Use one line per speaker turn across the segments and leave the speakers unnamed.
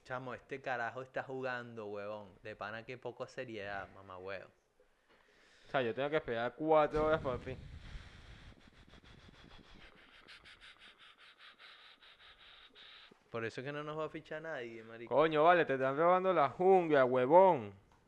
Chamo, este carajo está jugando, huevón. De pana que poco seriedad, mamá huevo.
O sea, yo tengo que esperar 4 horas por fin.
Por eso es que no nos va a fichar nadie, marico.
Coño, vale, te están robando la jungla, huevón.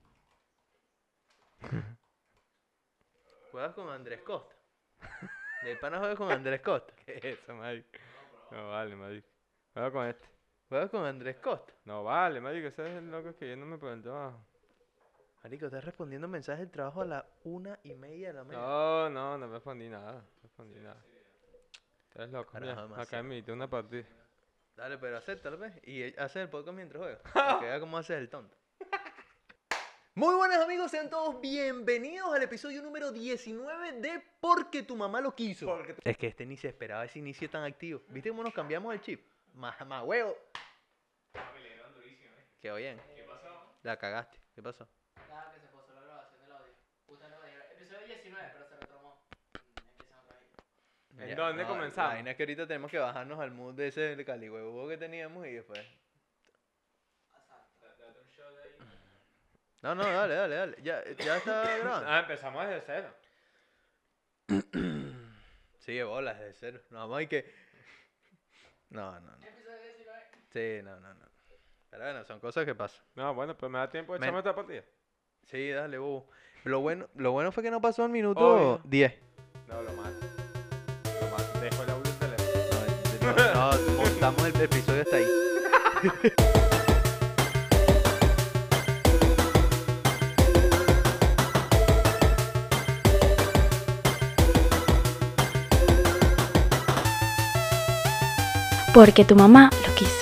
Juegas con Andrés Costa. De pana juegas con Andrés Costa.
¿Qué es eso, marico? No vale, marico. Juega con este.
Juegas con Andrés Costa.
No vale, marico, ese es el loco escribiéndome por el trabajo.
Marico, estás respondiendo mensajes del trabajo a la 1:30 de la mañana.
No respondí nada. No respondí nada. Estás loco,
Carajo,
mira,
demasiado.
acá me invité una partida.
Dale, pero acéptalo, ¿ves? Y haces el podcast mientras juegas. Para que vea cómo haces el tonto. Muy buenas amigos, sean todos bienvenidos al episodio número 19 de Porque tu mamá lo quiso. Es que este ni se esperaba ese inicio tan activo. ¿Viste cómo nos cambiamos el chip? Más huevo. Quedó bien.
¿Qué pasó?
La cagaste. ¿Qué pasó?
Nada, que se pasó la grabación del audio. Justo no me dijeron. Episodio 19, pero se retomó. Empiezan otra vez.
¿En dónde comenzamos?
La vaina es que ahorita tenemos que bajarnos al mood de ese calihuevo que teníamos y después... No, dale. Ya está grabando.
Empezamos desde cero.
Sí, de bolas, de cero. No, hay que... No.
Episodio 19.
Sí, no. Pero bueno, son cosas que pasan.
No, bueno, pero me da tiempo de echarme otra partida.
Sí, dale, bobo. Lo bueno fue que no pasó al minuto
Obvio.
10.
No, lo mato. Dejo el audio en teléfono.
No, montamos el episodio hasta ahí.
Porque tu mamá lo quiso.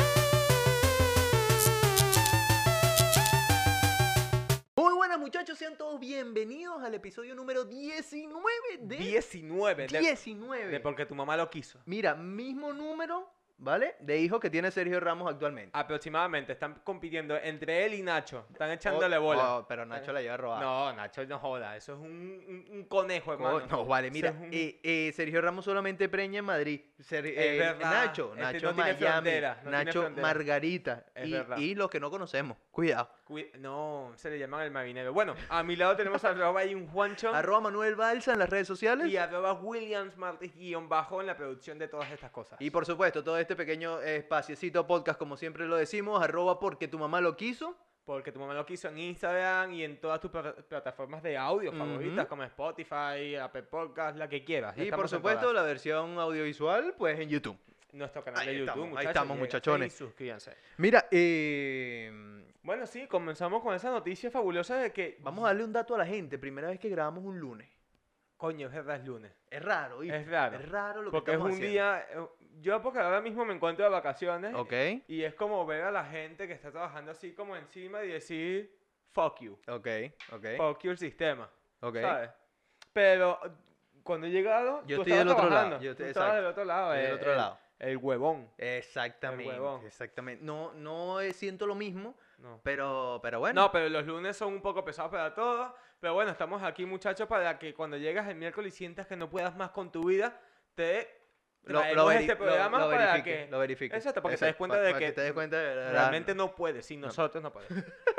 Muy buenas muchachos, sean todos bienvenidos al episodio número 19 de...
19.
19.
De porque tu mamá lo quiso.
Mira, mismo número, ¿vale? De hijos que tiene Sergio Ramos actualmente.
Aproximadamente, están compitiendo entre él y Nacho. Están echándole bola.
Oh, pero Nacho la lleva robada.
No, Nacho no joda. Eso es un conejo, hermano.
No, vale, mira,
Eso es un-
Sergio Ramos solamente preña en Madrid.
Es verdad.
Nacho
Este
Nacho
no tiene
Miami,
frontera, no tiene
Nacho
frontera.
Margarita
Es verdad.
y los que no conocemos. Cuidado.
No, se le llaman el marinero. Bueno, a mi lado tenemos arroba y un Juancho.
@ Manuel Balsa en las redes sociales.
Y arroba Williams Martí _ en la producción de todas estas cosas.
Y por supuesto, todo este pequeño espaciecito podcast, como siempre lo decimos, @ porque tu mamá lo quiso.
Porque tu mamá lo quiso en Instagram y en todas tus plataformas de audio favoritas, como Spotify, Apple Podcast, la que quieras.
Y por
Estamos en
supuesto,
todas.
la versión audiovisual, pues en YouTube.
Nuestro canal
Ahí
de YouTube,
estamos,
muchachos.
ahí estamos,
lléguense
muchachones.
Y suscríbanse.
Mira,
Bueno, sí, comenzamos con esa noticia fabulosa de que...
vamos a darle un dato a la gente. Primera vez que grabamos un lunes.
Coño, es verdad, es lunes.
Es raro, ¿oíste?
Es raro.
Es raro lo que
Porque es
estamos
un
haciendo.
día... Yo porque ahora mismo me encuentro de vacaciones.
Ok,
Y es como ver a la gente que está trabajando así como encima y decir, fuck you.
ok.
Fuck you el sistema.
Ok.
¿Sabes? Pero cuando he llegado,
Yo
tú
estoy del
estabas
otro lado,
trabajando.
yo estoy-
Tú estabas
exacto.
del otro lado.
Estoy del otro lado.
El huevón.
Exactamente.
El huevón.
Exactamente. No siento lo mismo,
No.
pero bueno.
No, pero los lunes son un poco pesados para todos. Pero bueno, estamos aquí, muchachos, para que cuando llegas el miércoles y sientas que no puedas más con tu vida, te traemos este programa
lo
para
verifique,
que...
lo verifique.
Exacto, para que te des cuenta de
para
que
te des cuenta de verdad.
realmente no puedes. Sin nosotros no puedes.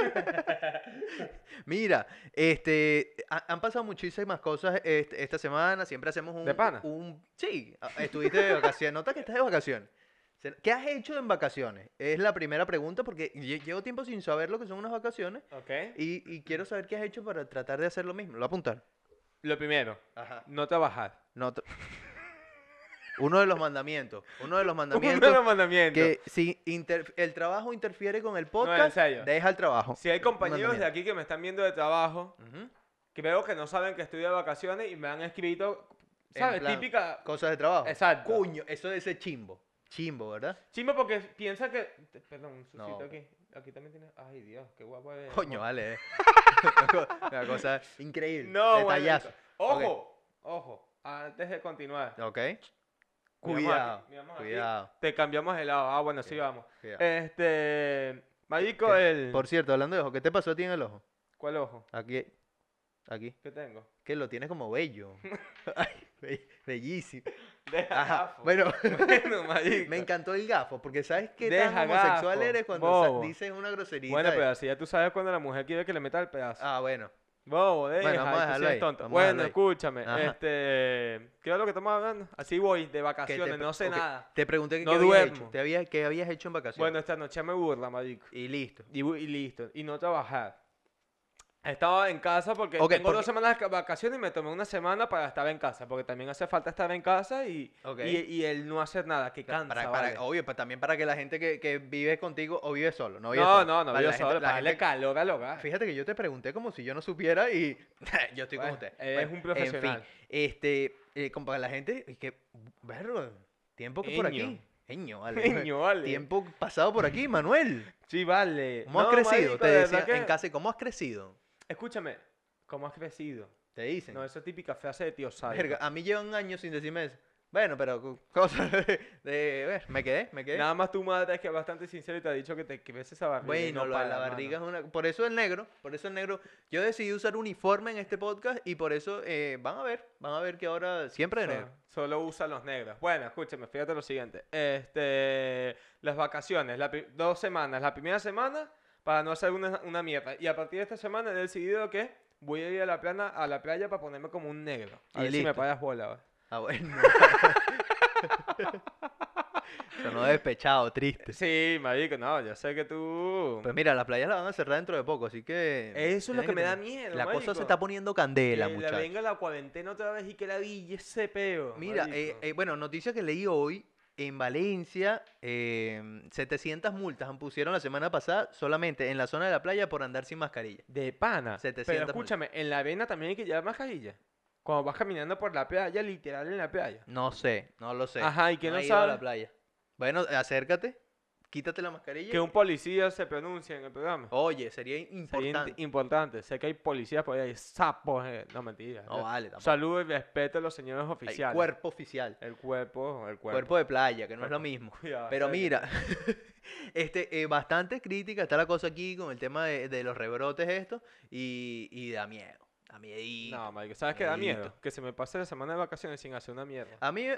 Mira, han pasado muchísimas cosas esta semana. Siempre hacemos
¿De pana?
Sí, estuviste de vacaciones. Nota que estás de vacaciones. ¿Qué has hecho en vacaciones? Es la primera pregunta porque llevo tiempo sin saber lo que son unas vacaciones
¿Ok?
y quiero saber qué has hecho para tratar de hacer lo mismo. Lo voy a apuntar.
Lo primero,
Ajá.
no trabajar.
No tra- Uno de los mandamientos. Uno de los
Uno de
mandamientos
los mandamientos.
que si el trabajo interfiere con el
en
podcast,
serio.
deja el trabajo.
Si hay compañeros de
Mandamiento.
aquí que me están viendo de trabajo,
Ujú.
creo que no saben que estoy de vacaciones y me han escrito,
En
¿sabes?
plan,
Típica...
Cosas de trabajo.
Exacto.
Coño, eso de ese chimbo. Chimbo, ¿verdad?
Chimbo porque piensa que... Perdón, un sucito
No.
aquí. Aquí también tiene... Ay, Dios, qué guapo es.
Coño, vale. Una cosa increíble.
No,
Detallazo.
Ojo, ojo. Antes de continuar.
Ok.
Miramos
Cuidado.
aquí, miramos aquí.
Cuidado.
Te cambiamos el lado. Ah, bueno, sí, vamos.
Cuidado.
Marico,
¿Qué?
el...
Por cierto, hablando de ojo, ¿qué te pasó a ti en el ojo?
¿Cuál ojo?
Aquí. Aquí.
¿Qué tengo?
Que lo tienes como bello. Bellísimo.
Deja
Ajá,
gafo.
bueno,
Bueno, marico.
me encantó el gafo, porque ¿sabes qué
Deja
tan homosexual
gafo,
eres cuando
bobo.
dices una grosería?
Bueno, pero así ya tú sabes cuando la mujer quiere que le meta el pedazo.
Ah, bueno.
Bobo, deja,
Bueno, vamos a
y tú sí
dejarlo
eres
ahí,
tonto.
vamos a dejarlo
Bueno,
ahí.
escúchame,
Ajá.
¿qué es lo que estamos hablando? Así voy, de
Que
vacaciones, no sé
ok,
nada.
Te pregunté que
No
qué habías hecho.
duermo.
¿Qué habías hecho en vacaciones?
Bueno, esta noche me burla, marico.
Y listo.
Y listo, y no trabajar. Estaba en casa porque
Ok,
tengo
porque-
2 semanas de vacaciones y me tomé una semana para estar en casa, porque también hace falta estar en casa
Ok.
y el no hacer nada, que cansa, vale.
Obvio, también para que la gente que vive contigo o vive solo, no vive
No,
solo.
no
Para
vivo
la gente-
solo,
la
para darle
gente-
calor al hogar.
Fíjate que yo te pregunté como si yo no supiera y yo estoy con
Bueno,
usted.
eres un profesional.
En fin, como para la gente, es que, verlo, tiempo que por
Eño.
aquí. Eño, vale.
Niño, vale.
Tiempo pasado por aquí, Manuel.
Sí, vale.
¿Cómo has
No,
crecido?
marico,
Te
de
decía
verdad que-
en casa, ¿cómo has crecido?
Escúchame, ¿cómo has crecido?
Te dicen.
No, esa típica frase de tío sádico.
Verga, a mí llevan años sin decirme eso. Bueno, pero cosas ver, me quedé.
Nada más tu madre es que es bastante sincera y te ha dicho que te crees esa barriga. y
Bueno,
no
lo de
para,
la
mano.
barriga es una... Por eso el negro, yo decidí usar uniforme en este podcast y por eso van a ver que ahora siempre de negro.
Solo usa los negros. Bueno, escúchame, fíjate lo siguiente. Las vacaciones, 2 semanas. La primera semana para no hacer una mierda. Y a partir de esta semana he decidido que voy a ir a la playa para ponerme como un negro. A
Y
ver si me
listo.
pagas bola. ¿va?
Ah, bueno. Sonó despechado, triste.
Sí, marico, no, yo sé que tú...
Pues mira, las playas las van a cerrar dentro de poco, así que...
Eso es lo
tienes
que me da
tener-
miedo,
La cosa
marico.
se está poniendo candela,
Que le
muchachos.
venga la cuarentena otra vez y que la villa ese peo.
Mira,
marico.
bueno, noticia que leí hoy, en Valencia, 700 multas pusieron la semana pasada solamente en la zona de la playa por andar sin mascarilla.
De pana.
700
Pero escúchame, en la arena también hay que llevar mascarilla. Cuando vas caminando por la playa, literal en la playa.
No sé, no lo sé.
Ajá, ¿y quién
no
no
he ido a la
sabe?
playa. Bueno, acércate, quítate la mascarilla.
Que un policía se pronuncie en el programa.
Oye, sería
Sería
importante.
importante. Sé que hay policías por ahí, sapos. No, mentira.
No vale, tampoco.
Saludo y respeto a los señores
Hay
oficiales.
cuerpo oficial.
El cuerpo.
Cuerpo de playa, que no es lo
Cuerpo.
mismo.
Cuidado,
Pero
¿sabes?
mira, bastante crítica está la cosa aquí con el tema de los rebrotes esto y da miedo, da miedito.
No, marico, ¿sabes qué da miedo?
miedito.
Que se me pase la semana de vacaciones sin hacer una mierda.
A mí,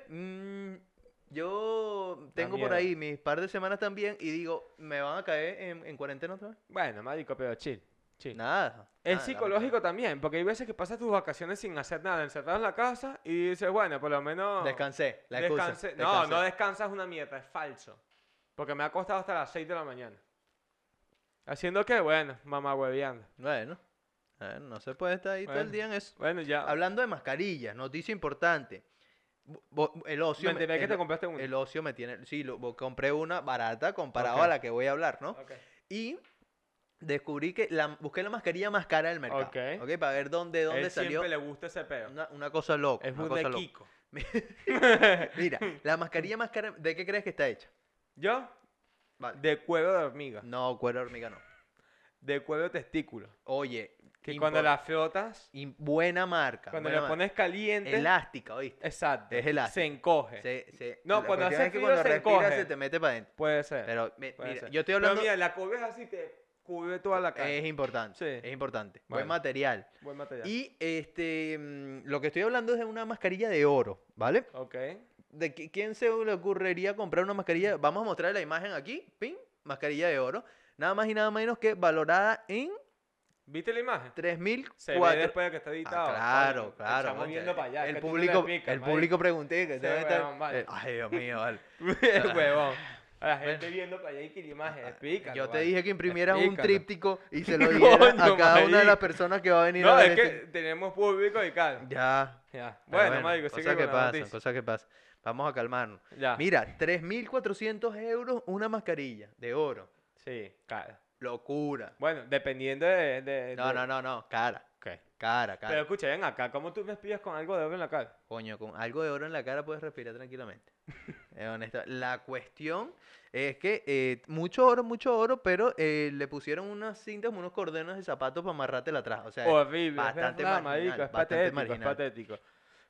yo tengo por
miedo.
ahí mis par de semanas también y digo, ¿me van a caer en cuarentena otra vez?
Bueno, marico, pero chill.
Nada.
Es
nada,
psicológico también, porque hay veces que pasas tus vacaciones sin hacer nada, encerrado en la casa y dices, bueno, por lo menos...
Descansé, la excusa.
descansé. No,
descansé.
no descansas una mierda, es falso. Porque me ha costado hasta las 6 de la mañana. ¿Haciendo qué? Bueno, mamá hueveando.
Bueno, no se puede estar ahí todo el
Bueno.
día en eso.
Bueno, ya.
Hablando de mascarillas, noticia importante. El ocio...
Me enteré que
el-
te compraste una.
El ocio me tiene... Sí, compré una barata comparado
Ok.
a la que voy a hablar, ¿no?
Ok.
Y descubrí que busqué la mascarilla más cara del mercado.
Ok.
Ok, para ver dónde
Él
salió
siempre le gusta ese peo.
una cosa loca.
Es
una
un
cosa
de
loca.
Kiko.
Mira, la mascarilla más cara, ¿de qué crees que está hecha?
¿Yo?
Vale.
De cuero de hormiga.
No, cuero de hormiga no.
De cuero de testículo.
Oye,
Que cuando la frotas,
buena marca.
cuando
buena
le pones caliente,
elástica, ¿oíste?
Exacto.
Es elástica.
Se encoge. No,
la
cuando
cuestión
hace
es que
frío
cuando
se
respiras
encoge.
se te mete para adentro.
Puede ser.
Pero
puede
mira,
ser.
yo estoy
Pero
hablando...
mira, la cubres así te cubre toda la cara.
Es importante,
Sí.
es importante. Buen
Bueno.
material.
Buen material.
Y lo que estoy hablando es de una mascarilla de oro, ¿vale?
Ok.
¿De quién se le ocurriría comprar una mascarilla? Vamos a mostrar la imagen aquí. Pin, mascarilla de oro. Nada más y nada menos que valorada en
¿Viste la imagen?
3.000.
Se ve después de que está editado.
claro,
Coño,
claro.
Estamos
concha,
viendo para allá. es
El
que tú no le
público,
explicas,
el
marico.
público pregunté que
Sí,
debe estar-
huevón, vale.
Ay, Dios mío, vale.
Huevón. A la gente viendo para allá y que la imagen. Explícalo.
Yo te
vale.
dije que imprimieras un
Explícalo.
tríptico y se lo diera a
Coño,
cada una de las
marico.
personas que va a venir
No,
a ver
es que
este-
tenemos público y calma.
Ya.
Ya.
pero
Bueno, marico,
cosas
sigue
que
con la
pasan,
noticia.
cosas que pasan. Vamos a calmarnos.
Ya.
Mira, 3.400 euros una mascarilla de oro.
Sí, cara.
Locura.
Bueno, dependiendo de...
No, cara.
Ok.
Cara.
Pero escucha, ven acá, ¿cómo tú respiras con algo de oro en la cara?
Coño, con algo de oro en la cara puedes respirar tranquilamente. Honesta. La cuestión es que mucho oro, pero le pusieron unas cintas, unos cordones de zapatos para amarrártela atrás. O sea,
Horrible,
bastante
es verdad,
marginal,
marico, es
bastante
patético,
marginal.
es patético.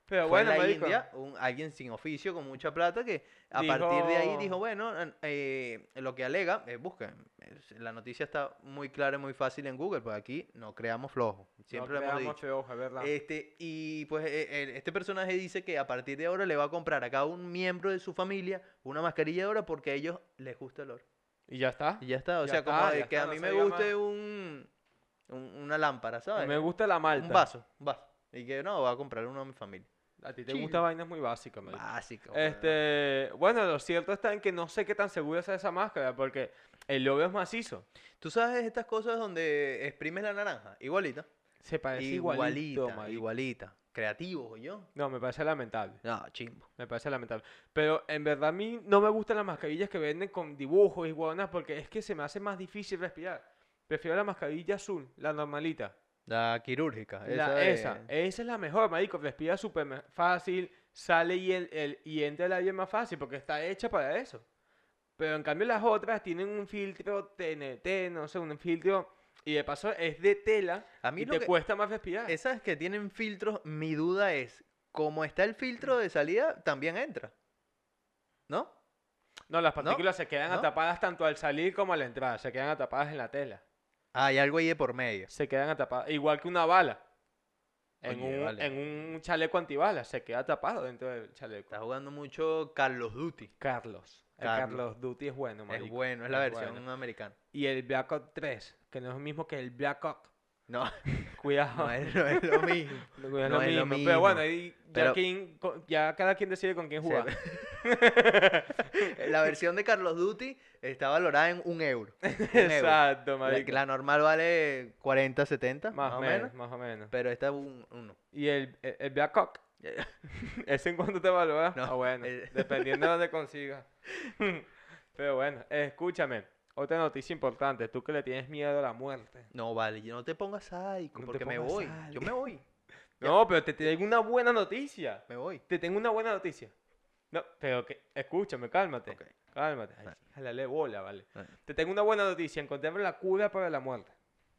Pero
Fue en
bueno,
la
marico,
India, alguien sin oficio, con mucha plata, que a
Dijo-
partir de ahí dijo, bueno, lo que alega, busquen, la noticia está muy clara y muy fácil en Google, pues aquí no creamos flojos, siempre
no
lo hemos
creamos
dicho.
feoja, es verdad.
Y pues este personaje dice que a partir de ahora le va a comprar a cada un miembro de su familia una mascarilla de oro porque a ellos les gusta el oro.
Y ya está.
Y ya está, o
Ya
sea,
está,
como
ya
de que
está,
a
no
mí
se
me
diga
guste
más.
una lámpara, ¿sabes?
Me gusta la malta.
Un vaso, un vaso. Y que no, voy a comprar uno a mi familia.
A ti te
Chill.
gustan vainas muy básicas, marico.
Básico.
Bueno, lo cierto está en que no sé qué tan segura es esa máscara, porque el logo es macizo.
¿Tú sabes estas cosas donde exprimes la naranja? Igualita.
Se parece igualito,
Igualita,
marico.
igualita. Creativo, yo.
No, me parece lamentable.
No, chimbo.
Me parece lamentable. Pero en verdad a mí no me gustan las mascarillas que venden con dibujos y huevonas porque es que se me hace más difícil respirar. Prefiero la mascarilla azul, la normalita.
La quirúrgica.
Esa es la mejor, marico. Respira súper fácil, sale y entra el aire más fácil porque está hecha para eso. Pero en cambio las otras tienen un filtro TNT, no sé, un filtro... Y de paso es de tela
A mí
y
lo
te
que-
cuesta más respirar.
Esas que tienen filtros, mi duda es, como está el filtro de salida, también entra. ¿No?
No, las partículas se quedan
¿No?
atrapadas tanto al salir como al entrar. Se quedan atrapadas en la tela.
Ah, hay algo ahí de por medio.
Se quedan atrapadas. Igual que una bala.
Oye, vale.
En un chaleco antibalas. Se queda atrapado dentro del chaleco.
Está jugando mucho Carlos Duty.
Carlos. El
Carlos.
Carlos Duty es bueno,
Es
marico.
bueno, es la
Es
versión
bueno.
americana.
Y el Black Ops 3, que no es lo mismo que el Black Ops.
No,
Cuidado.
no es lo mismo.
No es
no
lo
es lo
mismo.
mismo.
Pero bueno, ahí
Pero-
ya cada quien decide con quién
Sí.
jugar.
La versión de Carlos Duty está valorada en 1 euro.
Exacto,
La,
marico.
la normal vale 40, 70,
Más o menos, más o menos.
Pero esta es uno.
Y el Black Ops, ¿ese en cuánto te valora?
No,
Ah, bueno,
el-
dependiendo de dónde consigas. Pero bueno, escúchame. Otra noticia importante. Tú que le tienes miedo a la muerte.
No, vale, no te pongas sádico,
No te
porque me
pongas
voy.
sádico.
Yo me voy. Ya.
No, pero te tengo una buena noticia.
Me voy.
Te tengo una buena noticia. No, pero que, escúchame, cálmate.
Ok.
Cálmate. Ay,
Vale.
jálale bola, vale.
Vale.
Te tengo una buena noticia. Encontramos la cura para la muerte.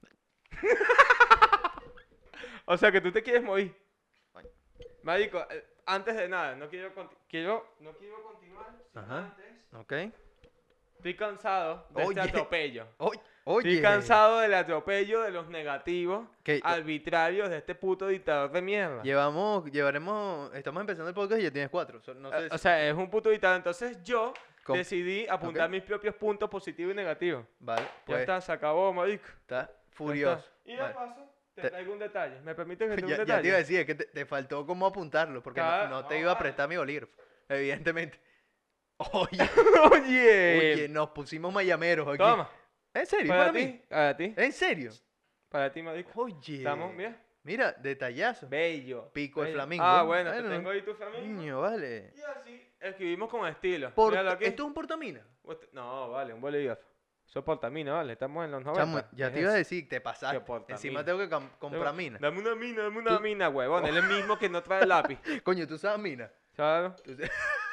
O sea que tú te quieres morir.
Coño.
Marico, antes de nada, no quiero continuar sin
Ajá.
antes.
¿Ok?
Estoy cansado de este
Oye.
atropello.
Oye.
Estoy cansado del atropello de los negativos
Que-
arbitrarios de este puto dictador de mierda.
Estamos empezando el podcast y ya tienes 4. No sé
O sea, es un puto dictador. Entonces yo
Com-
decidí apuntar
ok.
mis propios puntos positivos y negativos.
Vale,
Ya
pues
está, se acabó, marico.
está
Ya
furioso.
está. Y de
Vale.
paso, te
Te-
traigo un detalle. ¿Me permites que te traiga un
Ya te iba a
detalle?
decir, es que te faltó cómo apuntarlo, porque
Claro,
no te
no,
iba a
vale.
prestar mi bolígrafo, evidentemente. Oye,
Oye,
oye, nos pusimos mayameros aquí.
toma,
¿En serio?
para
¿Para
ti,
mí?
para ti,
¿En serio?
para ti, marico.
Oye.
Estamos, mira,
Mira, detallazo.
bello.
Pico de
bello.
flamingo.
Ah, bueno, te
Bueno,
tengo ahí tu flamingo.
Niño, vale.
Y así escribimos con estilo.
Por-
Míralo aquí.
¿Esto es un portamina?
No, vale, un bolígrafo. Eso es portamina, vale, estamos en los 90.
Chamo, ya
¿Qué
te
es
iba a
eso?
decir, te pasaste.
Qué portamina.
Encima tengo que comprar mina.
Dame una
Tú-
mina, huevón. Él es el mismo que no trae lápiz.
Coño, ¿tú sabes mina?
¿Sabes?
Tú sabes-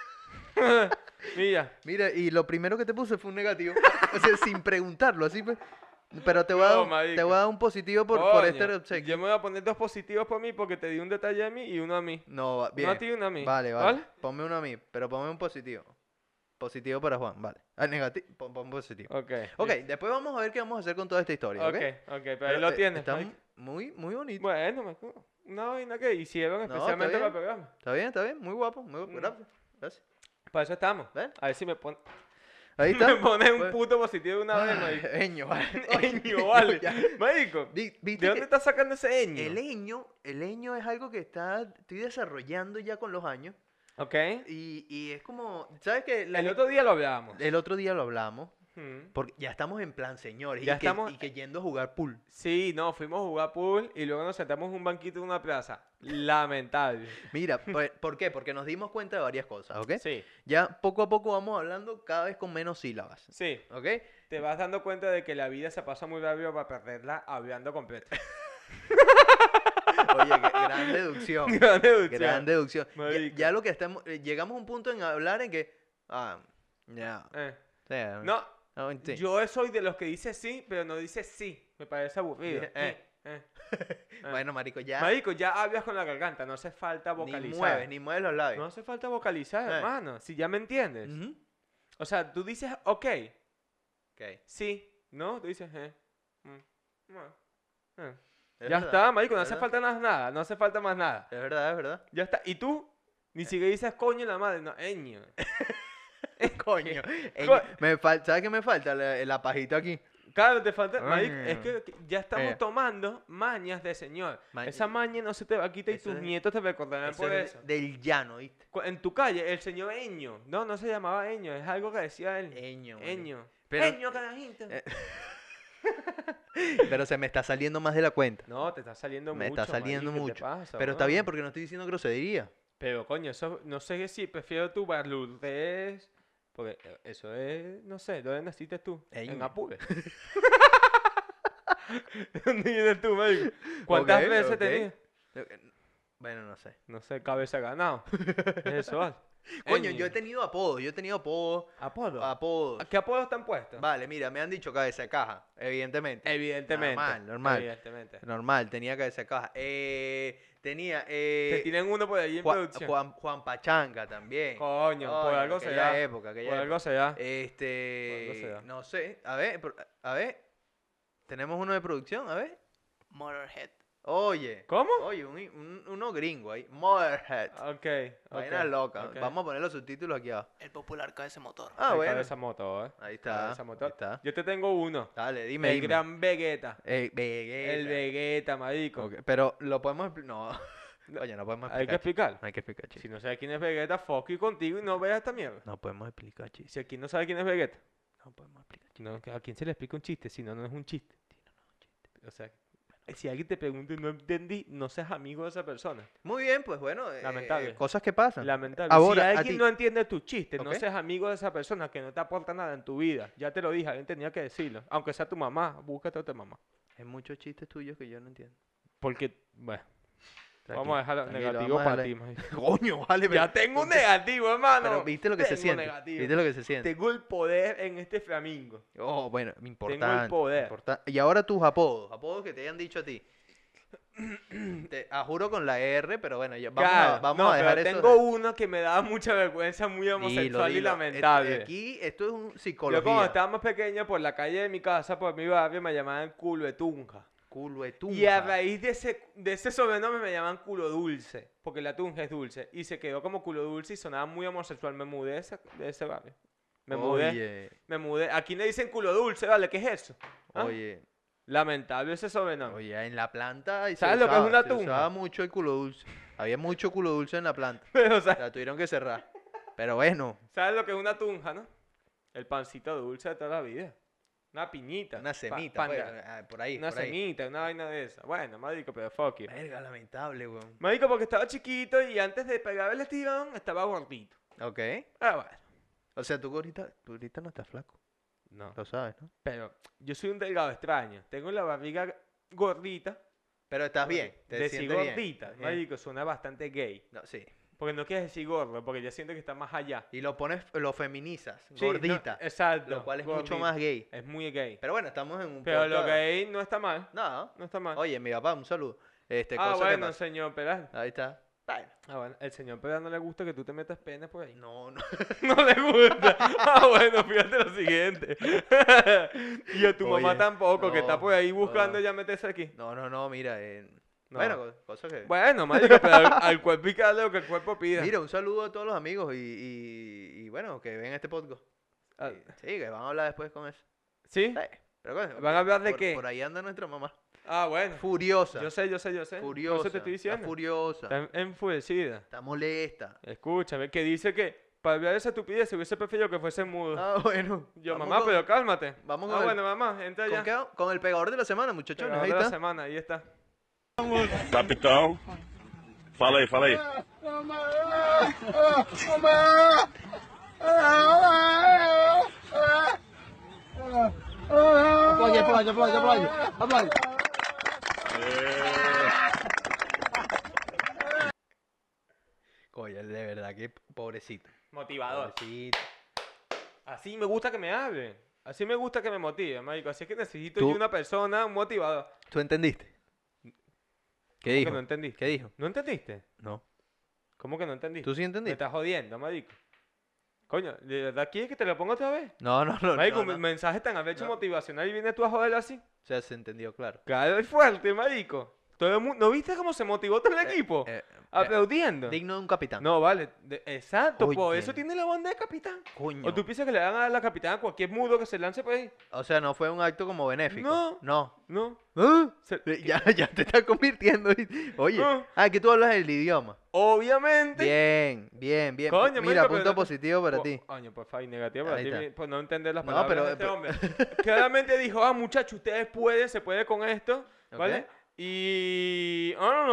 Mira.
Mira, y lo primero que te puse fue un negativo. O sea, sin preguntarlo, así pues. Pero te voy a dar,
No,
te
marico.
voy a dar un positivo por
Coño,
este obsequio.
Yo me voy a poner 2 positivos por mí porque te di un detalle a mí y uno a mí.
No, bien.
Uno a ti y uno a mí.
Vale, vale. Ponme uno a mí, pero ponme un positivo. Positivo para Juan, vale. Ah, negativo, pon positivo.
Ok.
Ok, después vamos a ver qué vamos a hacer con toda esta historia, ¿ok?
Ok, pero ahí lo tienes.
Está
marico.
muy, muy bonito.
Bueno, una vaina que hicieron
está
especialmente para el
bien.
programa.
Está bien, muy guapo, muy guapo.
Mm.
Gracias, gracias.
Para eso estamos.
¿Ves?
A ver si me pones
Ahí está.
me pones un
Pues-
puto positivo de una vez, marico.
Eño, vale.
Eño, vale.
Ya.
Marico,
¿Viste
¿de dónde
que
estás sacando ese eño?
el eño es algo que estoy desarrollando ya con los años.
Ok.
Y es como, ¿sabes qué?
El otro día lo hablábamos.
El otro día lo hablamos.
Ujú.
Porque ya estamos en plan, señores.
Ya
y, que,
estamos-
y que yendo a jugar pool.
Sí, no, fuimos a jugar pool y luego nos sentamos en un banquito en una plaza. Lamentable.
Mira, ¿por qué? Porque nos dimos cuenta de varias cosas, ¿ok?
Sí,
Ya poco a poco vamos hablando cada vez con menos sílabas,
sí.
¿ok?
Te vas dando cuenta de que la vida se pasa muy rápido para perderla hablando completo.
Oye, qué gran deducción.
Gran deducción.
Gran deducción.
Marico.
Ya lo que estamos, llegamos a un punto en hablar en que, ya,
No,
sí.
yo soy de los que dice sí, pero no dice sí. Me parece aburrido.
Dije, Bueno, marico, ya
Marico, ya hablas con la garganta, no hace falta
ni
vocalizar.
mueves los labios.
No hace falta vocalizar, hermano, si ya me entiendes.
Ujú.
O sea, tú dices, ok,
Ok.
sí, ¿no? Tú dices, bueno,
Es
ya
verdad,
está, marico, no
es
hace
verdad.
falta más nada, no hace falta más nada.
Es verdad, es verdad.
Ya está. Y tú, ni siquiera dices coño la madre, no, eño.
Coño.
Co-
¿Sabes qué me falta? La pajita aquí.
Claro, te falta, marico, es
Coño.
que ya estamos
Eh.
tomando mañas de señor.
Ma-
Esa maña no se te va a quitar y
Eso
tus
es-
nietos te recordarán
Eso
por
es
eso.
del llano, ¿viste?
En tu calle, el señor Eño. No, no se llamaba Eño, es algo que decía él.
Eño, marico.
Eño.
Pero-
Eño, carajito.
Pero se me está saliendo más de la cuenta.
No, te está saliendo
Me
mucho.
está saliendo
marico, ¿qué te
mucho.
pasa,
Pero está
weón?
bien porque no estoy diciendo grosería.
Pero coño, eso no sé si prefiero tu barludez. Porque eso es, no sé, ¿dónde naciste tú? En
Eño.
Apure. ¿Dónde vienes tú, marico? ¿Cuántas
Ok,
veces
ok.
tenías?
Bueno, no sé.
No sé, cabeza ganado. Eso, ¿vale?
Coño,
Eño.
yo he tenido apodos.
¿Apodo?
Apodos.
¿Qué apodos están puestos?
Vale, mira, me han dicho cabeza de caja, evidentemente.
Evidentemente.
Normal.
Evidentemente.
Normal, tenía cabeza de caja. Tenía
Te tienen uno por allí en producción.
Juan Pachanga también.
Coño, por
Coño,
algo
aquella
será.
época, aquella
Por algo
época.
será.
Este,
Por algo será.
no sé, a ver, tenemos uno de producción, a ver.
Motorhead.
Oye,
¿Cómo?
oye, uno gringo ahí, Motherhead,
Ok.
vaina
ok,
loca.
ok.
Vamos a poner los subtítulos aquí abajo.
El popular KS Motor.
Ah,
El
bueno,
cabeza motor,
ahí está,
Cabeza motor.
ahí está.
Yo te tengo uno.
Dale, dime,
El
dime.
gran Vegeta.
Vegeta.
El Vegeta, marico.
Ok, pero lo podemos no, oye, no podemos
Hay que
explicar.
explicar.
No hay que explicar,
Si
chicos.
no sabes quién es Vegeta, fuck you contigo y no veas esta mierda.
No podemos explicar, chicos.
Si aquí no sabe quién es Vegeta,
No podemos explicar, chicos.
no, ¿a quién se le explica un chiste? Si no, no es un chiste. O sea, si alguien te pregunta y no entendí, no seas amigo de esa persona.
Muy bien, pues bueno,
Lamentable.
cosas que pasan.
Lamentable.
Ahora,
si
a
alguien
ti-
no entiende tu chiste, no
Ok.
seas amigo de esa persona que no te aporta nada en tu vida. Ya te lo dije, alguien tenía que decirlo. Aunque sea tu mamá, búscate a otra mamá.
Hay muchos chistes tuyos que yo no entiendo.
Porque, bueno,
Tranquilo,
vamos a dejarlo
tranquilo,
negativo
vamos a
para
dejarlo
ti.
ahí.
marico.
Coño, vale, pero,
Ya tengo un negativo, hermano.
pero viste lo que se
Tengo
siente.
negativo.
Viste lo que se siente.
Tengo el poder en este flamingo.
Oh, bueno, importante.
poder.
Y ahora tus apodos que te hayan dicho a ti. Juro con la R, pero bueno, ya vamos
Claro,
vamos
no,
a dejar
pero
eso.
tengo uno que me da mucha vergüenza, muy homosexual y
Dilo.
lamentable.
Aquí esto es un
Yo cuando
psicología.
estaba más pequeño, por la calle de mi casa, por mi barrio, me llamaban culo de tunja.
Culo de tunja.
Y a raíz de ese sobrenombre me llaman culo dulce, porque la tunja es dulce. Y se quedó como culo dulce y sonaba muy homosexual. Me mudé de ese barrio.
Oye,
Me mudé. Aquí le dicen culo dulce, ¿vale? ¿Qué es eso? ¿Ah?
oye,
Lamentable ese sobrenombre.
oye, en la planta y
¿Sabes lo que es una
se
tunja?
usaba mucho el culo dulce. Había mucho culo dulce en la planta.
Pero, o sea,
La tuvieron que cerrar. Pero bueno,
¿sabes lo que es una tunja, no? El pancito dulce de toda la vida. Una piñita.
una semita, pues, por ahí,
Una
por ahí.
semita, una vaina de esa. Bueno, marico, pero fuck you.
Verga, lamentable, weón.
Marico, porque estaba chiquito y antes de pegar el estirón estaba gordito.
Ok.
Ah, bueno.
O sea, tú ahorita no estás flaco.
No.
Lo sabes, ¿no?
Pero yo soy un delgado extraño. Tengo la barriga gordita.
Pero estás bien. Te
Decir
sientes bien.
gordita.
Bien.
Marico, suena bastante gay.
No, sí.
Porque no quieres decir gordo, porque yo siento que está más allá.
Y lo feminizas,
Sí, no,
gordita.
exacto.
Lo cual es mucho
gordita.
más gay.
Es muy gay.
Pero bueno, estamos en un
Pero lo
podcast-
gay no está mal.
No.
No está mal.
Oye, mi papá, un saludo.
Ah,
cosa que
bueno,
pasa.
señor Peral.
Ahí está. Bueno.
Ah, bueno, el señor Peral no le gusta que tú te metas penes por ahí.
No, no.
No le gusta. Ah, bueno, fíjate lo siguiente. Y a tu mamá
Oye,
tampoco, que está
no,
por ahí buscando
no.
ya meterse aquí.
No, mira.
No.
Bueno, cosas que...
Bueno, marico, pero al cuerpo hay que darle lo que el cuerpo pida.
Mira, un saludo a todos los amigos y bueno, que ven este podcast.
Ah,
Sí, que van a hablar después con eso.
¿Sí?
Sí, pero coño,
¿Van a hablar de
por-
qué?
Por ahí anda nuestra mamá.
Ah, bueno.
Furiosa.
Yo sé. Por
Furiosa.
eso te estoy
Está
diciendo.
furiosa.
Está enfurecida.
Está molesta.
Escúchame, que dice que para hablar de esa estupidez se hubiese preferido que fuese mudo.
Ah, bueno.
Yo,
vamos
mamá,
con-
pero cálmate.
vamos
Ah,
con el-
bueno, mamá, entra
¿Con
ya.
qué? Con el pegador de la semana, muchachones.
Pegador
Ahí
de la
está.
semana, ahí está.
Capitão. Fala aí, fala aí.
Coño, de verdad que pobrecito.
Motivador.
Pobrecito.
Así me gusta que me hablen. Así me gusta que me motive, marico. Así es que necesito
Tú-
yo una persona, un motivador.
¿Tú entendiste? ¿Qué
¿Cómo
dijo?
que no entendiste?
¿Qué dijo?
¿No entendiste?
No.
¿Cómo que no entendiste?
¿Tú sí
Me
entendiste?
estás jodiendo, marico. Coño, ¿de verdad quieres que te lo ponga otra vez?
No,
Marico,
no.
un mensaje tan arrecho
No.
motivacional y vienes tú a joderlo así.
O sea, se entendió, claro.
Claro, es fuerte, marico. Todo el mundo, ¿no viste cómo se motivó todo el equipo? Aplaudiendo.
Digno de un capitán.
No, vale. Exacto, por
Oye.
eso tiene la banda de capitán.
Coño.
¿O tú piensas que le dan a la capitán a cualquier mudo que se lance por ahí?
O sea, no fue un acto como benéfico.
No.
No.
No.
¿Ah?
Se-
Ya te estás convirtiendo. Oye.
No.
Que tú hablas el idioma.
Obviamente.
Bien.
Coño,
Mira,
marico,
punto
pero-
positivo para ti.
Coño, por favor, y negativo para
Ahí
ti,
está.
por no entender las
No,
palabras
pero-
de este
pero-
hombre. Claramente dijo, muchachos, ustedes pueden, se puede con esto, ¿vale?
Ok.
Y...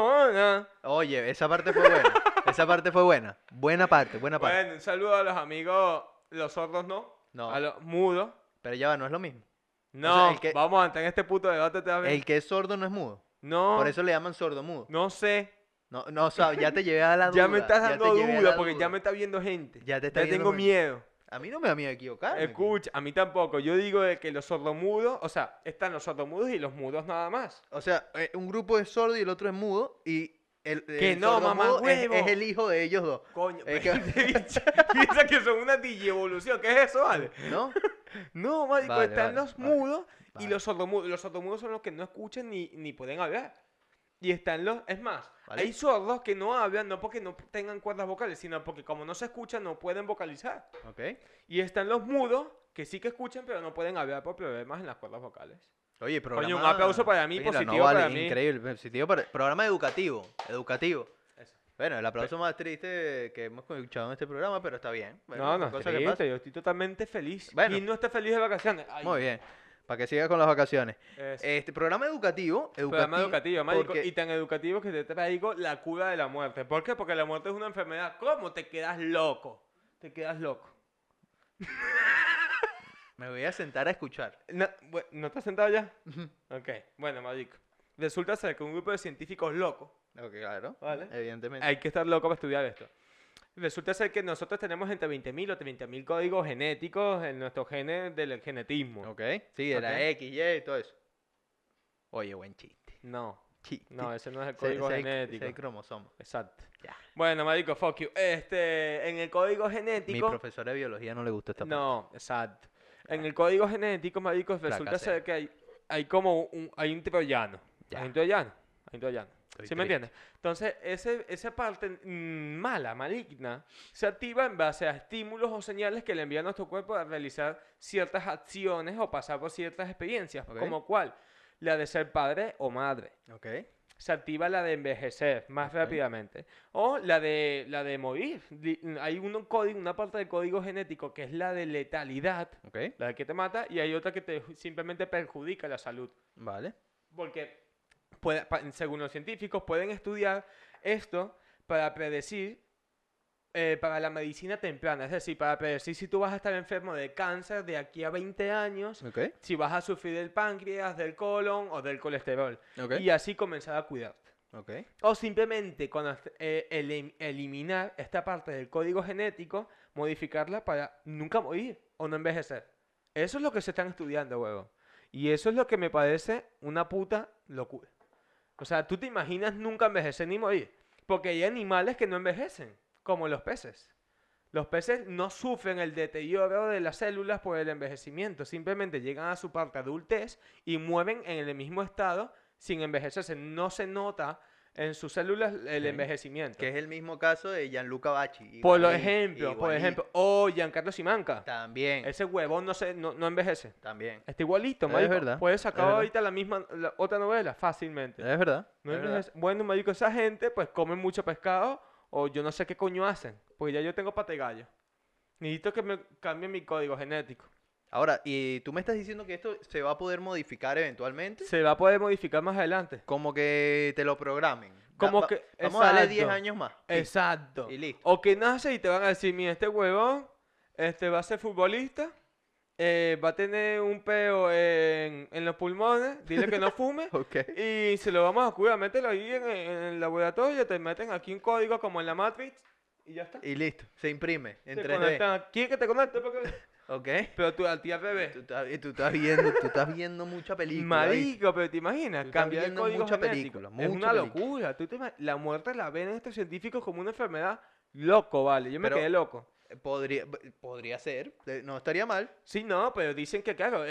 no.
Oye, esa parte fue buena. Esa parte fue buena. Buena parte.
Bueno, un saludo a los amigos, los sordos no,
No.
a los mudos.
Pero ya va, no es lo mismo.
No,
el que-
vamos a entrar en este puto debate otra vez.
El que es sordo no es mudo.
No,
Por eso le llaman sordo mudo.
no sé.
No, o sea, ya te llevé a la duda.
Ya me estás
ya
dando
te llevé a
duda
la
porque
duda.
ya me está viendo gente.
Ya te está viendo
tengo
gente.
miedo.
A mí no me da miedo equivocarme.
Escucha, a mí tampoco. Yo digo de que los sordomudos, o sea, están los sordomudos y los mudos nada más.
O sea, un grupo es sordo y el otro es mudo y
Que
el
no,
sordomudo
mamahuevo.
es el hijo de ellos dos.
Coño,
Es
pero
que-
piensa que son una digievolución. ¿Qué es eso, vale?
¿No?
No, marico,
Vale,
están
vale,
los
vale,
mudos y
vale.
los sordomudos. Los sordomudos son los que no escuchan ni pueden hablar. Y están los... Es más,
Vale.
hay sordos que no hablan no porque no tengan cuerdas vocales, sino porque como no se escuchan no pueden vocalizar.
Ok.
Y están los mudos que sí que escuchan pero no pueden hablar por problemas en las cuerdas vocales.
Oye, programa...
Coño, un aplauso para mí,
Mira,
positivo
vale,
para mí.
Increíble, positivo para... Programa educativo.
Eso.
Bueno, el aplauso más triste que hemos escuchado en este programa, pero está bien. Bueno,
No,
son
no,
cosas que
triste,
pasan.
yo estoy totalmente feliz.
Bueno.
Y no está feliz de vacaciones. Ay,
Muy bien. Para que siga con las vacaciones.
eso.
Este programa educativo.
Programa educativo, marico,
porque-
y tan educativo que te traigo la cura de la muerte. ¿Por qué? Porque la muerte es una enfermedad. ¿Cómo te quedas loco? Te quedas loco.
Me voy a sentar a escuchar.
¿No estás sentado ya? Ok, bueno, marico. Resulta ser que un grupo de científicos locos,
Ok, claro.
Vale.
Evidentemente.
hay que estar loco para estudiar esto. Resulta ser que nosotros tenemos entre 20.000 o 30.000 códigos genéticos en nuestros genes del genetismo.
Ok. Sí, de
Ok.
la X, Y y todo eso. Oye, buen chiste.
No,
Chiste.
no, ese no es el
Ese-
código
ese hay-
genético.
ese hay cromosoma.
Exacto.
Ya.
Bueno, marico, fuck you. En el código
Mi
genético...
profesora de biología no le gusta esta parte.
No, exacto. En el código genético, marico, resulta
Fracasé.
ser que hay como hay un troyano.
Ya.
Hay un troyano. Hay un troyano.
Estoy
¿Sí me
triste.
entiendes? Entonces, esa parte mala, maligna, se activa en base a estímulos o señales que le envía a nuestro cuerpo a realizar ciertas acciones o pasar por ciertas experiencias.
Ok.
Como cuál? La de ser padre o madre.
Ok.
Se activa la de envejecer más
Ok.
rápidamente. O la de morir. Hay un código, una parte del código genético que es la de letalidad,
Ok.
la de que te mata, y hay otra que te simplemente perjudica la salud.
Vale.
Porque, según los científicos, pueden estudiar esto para predecir, para la medicina temprana. Es decir, para predecir si tú vas a estar enfermo de cáncer de aquí a 20 años,
Ok.
si vas a sufrir del páncreas, del colon o del colesterol.
Ok.
Y así comenzar a cuidarte.
Ok.
O simplemente eliminar esta parte del código genético, modificarla para nunca morir o no envejecer. Eso es lo que se están estudiando, huevo. Y eso es lo que me parece una puta locura. O sea, tú te imaginas nunca envejecer ni morir. Porque hay animales que no envejecen, como los peces. Los peces no sufren el deterioro de las células por el envejecimiento. Simplemente llegan a su parte adultez y mueren en el mismo estado sin envejecerse. No se nota en sus células el
Ok.
envejecimiento.
Que es el mismo caso de Gianluca Bacci.
Por
Igualito,
ejemplo, o Giancarlo Simanca.
También.
Ese huevón no envejece.
También.
Está igualito,
Es
marico.
verdad,
Puedes
es
sacar
verdad.
ahorita otra novela fácilmente.
Es verdad.
No
es verdad.
envejece. Bueno, marico, esa gente pues come mucho pescado o yo no sé qué coño hacen. Porque ya yo tengo pate gallo. Necesito que me cambien mi código genético.
Ahora, y tú me estás diciendo que esto se va a poder modificar eventualmente.
Se va a poder modificar más adelante.
Como que te lo programen.
Como que-
Vamos a darle
exacto.
10 años más.
Exacto.
Y listo.
O que nace y te van a decir, mira, este huevón va a ser futbolista, va a tener un peo en los pulmones, dile que no fume,
Ok.
y se lo vamos a cuidar, mételo ahí en el laboratorio, te meten aquí un código como en la Matrix, y ya está.
Y listo, se imprime en
Te
3D.
conectan. ¿Quién que te conecte?
¿Ok?
Pero tú al tía bebé.
Tú estás viendo mucha película. ¿viste?
Marico, pero te imaginas,
Tú estás
cambiar el
viendo
código
mucha
genético.
película,
Es
mucha
una
película.
locura. La muerte la ven estos científicos como una enfermedad loco, vale. Yo me
Pero-
quedé loco.
Podría ser, no estaría mal.
Sí, no, pero dicen que, claro,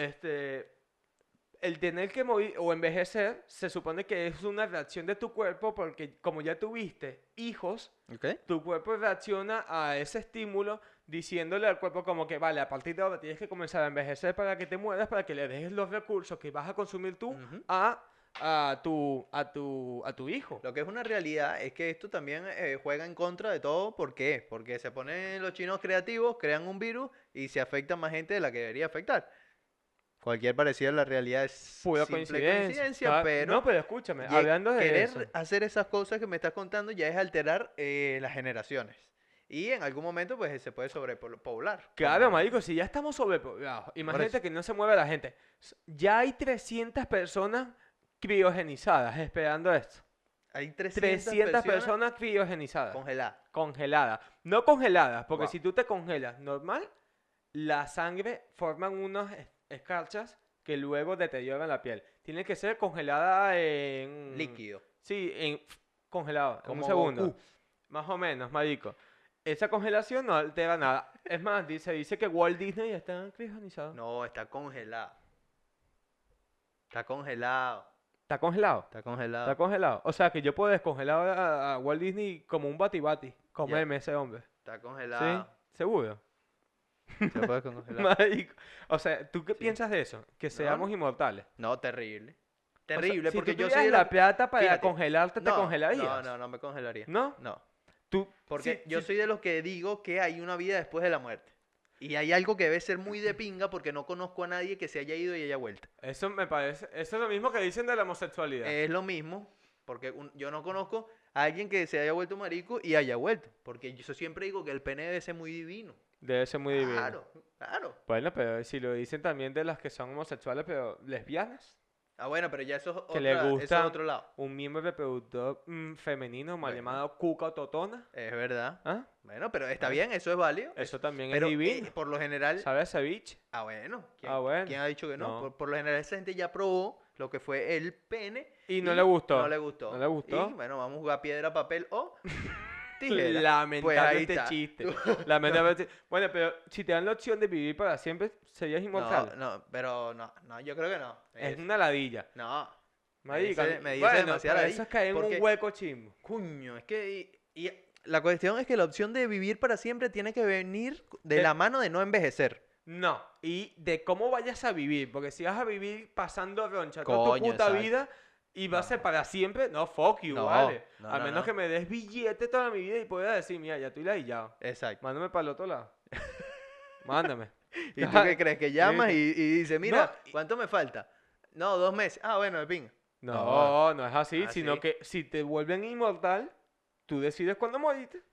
el tener que morir o envejecer se supone que es una reacción de tu cuerpo porque como ya tuviste hijos,
¿Ok?
tu cuerpo reacciona a ese estímulo diciéndole al cuerpo como que, vale, a partir de ahora tienes que comenzar a envejecer para que te mueras, para que le dejes los recursos que vas a consumir tú
Ujú.
a tu hijo.
Lo que es una realidad es que esto también juega en contra de todo. ¿Por qué? Porque se ponen los chinos creativos, crean un virus y se afecta más gente de la que debería afectar. Cualquier parecido a la realidad es
Pura
simple
coincidencia.
pero
No, pero escúchame,
lle-
hablando de
querer
eso.
hacer esas cosas que me estás contando ya es alterar las generaciones. Y en algún momento pues se puede sobrepoblar.
Claro,
como-
marico, si ya estamos sobrepoblados, imagínate
eso.
que no se mueve la gente. Ya hay 300 personas criogenizadas esperando esto.
Hay 300
300 personas criogenizadas.
congeladas.
Congeladas. No congeladas, porque
Wow.
si tú te congelas normal, la sangre forman unas escarchas que luego deterioran la piel. Tiene que ser congelada en...
Líquido.
Sí, congelado, en
Como
un segundo.
Goku.
Más o menos, marico. Esa congelación no altera nada. Es más, se dice que Walt Disney está criogenizado.
No, está congelado. Está congelado.
¿Está congelado?
Está congelado.
Está congelado. O sea que yo puedo descongelar a Walt Disney como un bati-bati. Comerme ese hombre.
Está
¿Sí?
congelado.
¿Seguro?
Se puede congelar.
Marico. O sea, ¿tú qué
Sí.
piensas de eso? Que seamos inmortales.
No, terrible.
O sea,
Terrible,
si
porque
tú
yo
tuvieras
soy de
la plata para
Fíjate,
congelarte, ¿te
no,
congelarías?
No me congelaría.
¿No?
No.
Tú,
Porque
sí,
yo
sí,
soy de los que digo que hay una vida después de la muerte. Y hay algo que debe ser muy de pinga porque no conozco a nadie que se haya ido y haya vuelto.
Eso me parece... Eso es lo mismo que dicen de la homosexualidad.
Es lo mismo, porque yo no conozco a alguien que se haya vuelto marico y haya vuelto. Porque yo siempre digo que el pene debe ser muy divino.
Debe ser muy divino.
Claro, claro.
Bueno, pero si lo dicen también de las que son homosexuales, pero lesbianas.
Ah, bueno, pero ya eso es,
Que le
eso es
gusta
otro lado.
un miembro reproductor femenino mal
Bueno.
llamado cuca o totona.
Es verdad.
¿Ah?
Bueno, pero está
Bueno.
bien, eso es válido.
Eso también
Pero
es divino.
por lo general...
¿Sabes ceviche?
Ah, bueno.
Ah, bueno.
¿Quién ha dicho que no?
No.
Por lo general esa gente ya probó lo que fue el pene.
Y no le gustó.
No le gustó.
No le gustó.
Y bueno, vamos a jugar piedra, papel o tijera.
Lamentable
Pues ahí
este
está.
chiste. Lamentable este- Bueno, pero si te dan la opción de vivir para siempre, serías inmortal.
Pero no, yo creo que no.
Es una ladilla.
No.
Marica,
me dice
bueno,
demasiada
pero
ladilla,
eso es caer en
porque-
un hueco chimbo.
Coño, es que... y la cuestión es que la opción de vivir para siempre tiene que venir de
De-
la mano de no envejecer.
No, y de cómo vayas a vivir, porque si vas a vivir pasando roncha toda tu
Coño,
puta
exacto.
vida y va a
No.
ser para siempre, no, fuck you,
No,
vale.
no,
A
no,
menos
no.
que me des billete toda mi vida y pueda decir, mira, ya estoy ladillado.
Exacto.
Mándame para el otro lado. Mándame.
¿Y tú qué crees? Que llamas y dices, mira,
No,
¿cuánto me falta? No, 2 meses. Ah, bueno, de pinga.
No, no es así,
Ah,
sino
sí.
que si te vuelven inmortal, tú decides cuándo moriste.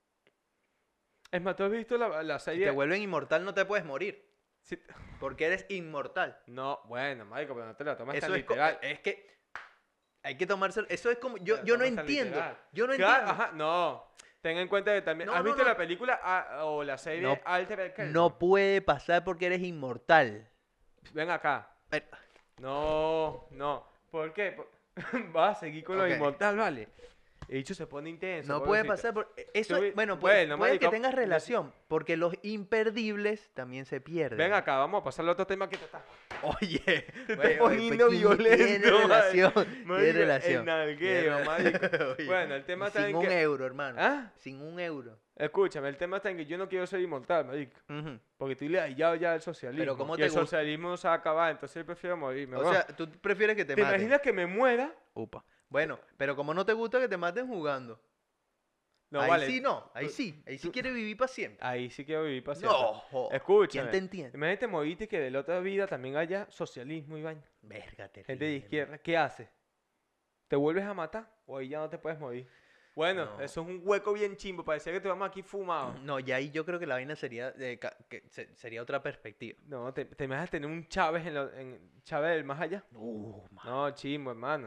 Es más, ¿tú has visto la
Si
serie?
te vuelven inmortal no te puedes morir.
Si-
Porque eres inmortal.
No, bueno, marico, pero no te la tomas
Eso
tan
es,
literal.
es que hay que tomárselo. Eso es como. Yo
Pero
no
tomas tan
entiendo.
literal.
Yo no
Claro,
entiendo.
ajá, no. Ten en cuenta que también.
No,
¿Has
no,
visto
no.
la película o la serie
No,
Altered Carbon?
No puede pasar porque eres inmortal.
Ven acá.
Pero-
No. ¿Por qué? Vas a seguir con lo
Ok.
inmortal, vale. El dicho se pone intenso.
No puede
pobrecito.
pasar. Eso,
Tú vi-
bueno,
bueno,
puede que
marico,
tengas
yo-
relación. Porque los imperdibles también se pierden.
Ven acá, vamos a pasar al otro tema que te está.
Oye,
Te
güey,
estás poniendo
tiene
violento.
relación.
Marico,
Tiene relación.
el nalgueo,
Tiene-
marico.
Oye,
Bueno, el tema está
sin
en
un
que...
euro, hermano.
¿Ah?
Sin un euro.
Escúchame, el tema está en que yo no quiero ser inmortal, marico.
Ujú.
Porque estoy ladillado ya del socialismo.
Pero ¿cómo
y
te
el
gusta?
socialismo no se va a acabar, entonces yo prefiero morirme.
O
weón.
sea, tú prefieres que te
¿Te
maten.
imaginas que me muera?
Upa. Bueno, pero como no te gusta que te maten jugando.
No,
ahí
vale.
sí no. Ahí
tú-
sí. Ahí sí
tú-
quieres vivir para siempre.
Ahí sí quiero vivir para siempre.
No. jo,
Escúchame.
¿Quién te entiende?
Imagínate morirte y que de la otra vida también haya socialismo y vaina.
Verga,
Gente de
terrible,
izquierda. ¿Qué haces? ¿Te vuelves a matar? ¿O ahí ya no te puedes morir? Bueno,
No.
eso es un hueco bien chimbo. Parecía que te vamos aquí fumados.
No, ya ahí yo creo que la vaina sería sería otra perspectiva.
No, te imaginas tener un Chávez en Chávez del más allá.
Man.
No, chimbo, hermano.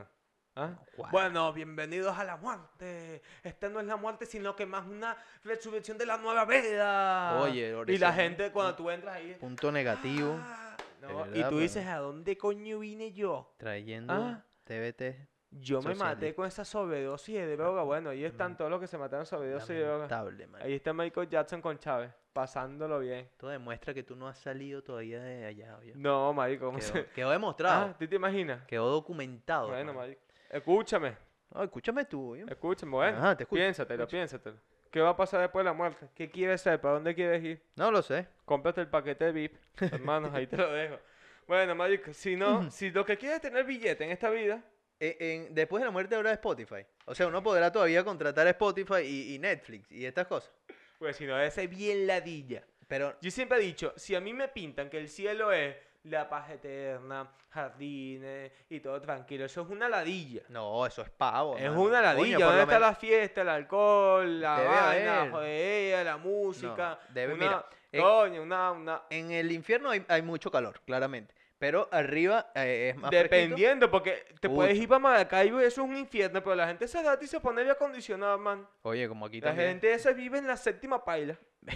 ¿Ah?
Guau.
Bueno, bienvenidos a la muerte. Esta no es la muerte, sino que más una resurrección de la nueva vida.
Oye,
y
Lorenzo,
la
¿no?
gente cuando tú entras ahí...
Punto negativo.
No,
de
y
verdad,
tú
pero-
dices, ¿a dónde coño vine yo?
Trayendo
Ah.
TBT.
Yo me maté
Socialista.
con esa sobredosis de droga. Bueno, ahí están todos los que se mataron sobredosis de droga.
Lamentable, man.
Ahí está Michael Jackson con Chávez, pasándolo bien.
Esto demuestra que tú no has salido todavía de allá. Oye.
No, marico, ¿cómo
Quedó,
se...?
quedó demostrado.
Ah, ¿tú te imaginas?
Quedó documentado.
Bueno,
hermano.
marico. Escúchame,
No, escúchame tú. oye.
escúchame, bueno.
Ajá, te escucho,
Piénsatelo,
escucho.
piénsatelo. ¿Qué va a pasar después de la muerte? ¿Qué quieres ser? ¿Para dónde quieres ir?
No lo sé.
Cómprate el paquete de VIP, hermanos, ahí te lo dejo. Bueno, marico, si no, si lo que quieres es tener billete en esta vida,
Después de la muerte ahora Spotify. O sea, uno podrá todavía contratar Spotify y Netflix y estas cosas.
pues si no, debe ser bien ladilla.
Pero
Yo siempre he dicho, si a mí me pintan que el cielo es la paz eterna, jardines y todo tranquilo, eso es una ladilla.
no, eso es pavo.
Es
mano.
una
Coño,
ladilla.
por
¿Dónde
lo
está
menos-
la fiesta, el alcohol, la
Debe
vaina,
haber.
la jodera, la música?
debe-
una,
mira,
coño, una...
En el infierno hay mucho calor, claramente. Pero arriba es más fresquito.
Dependiendo, porque te puedes
Pucha.
ir para Maracaibo y eso es un infierno, pero la gente se adapta y se pone aire acondicionado, man.
Oye, como aquí
La
también.
gente esa vive en la séptima paila.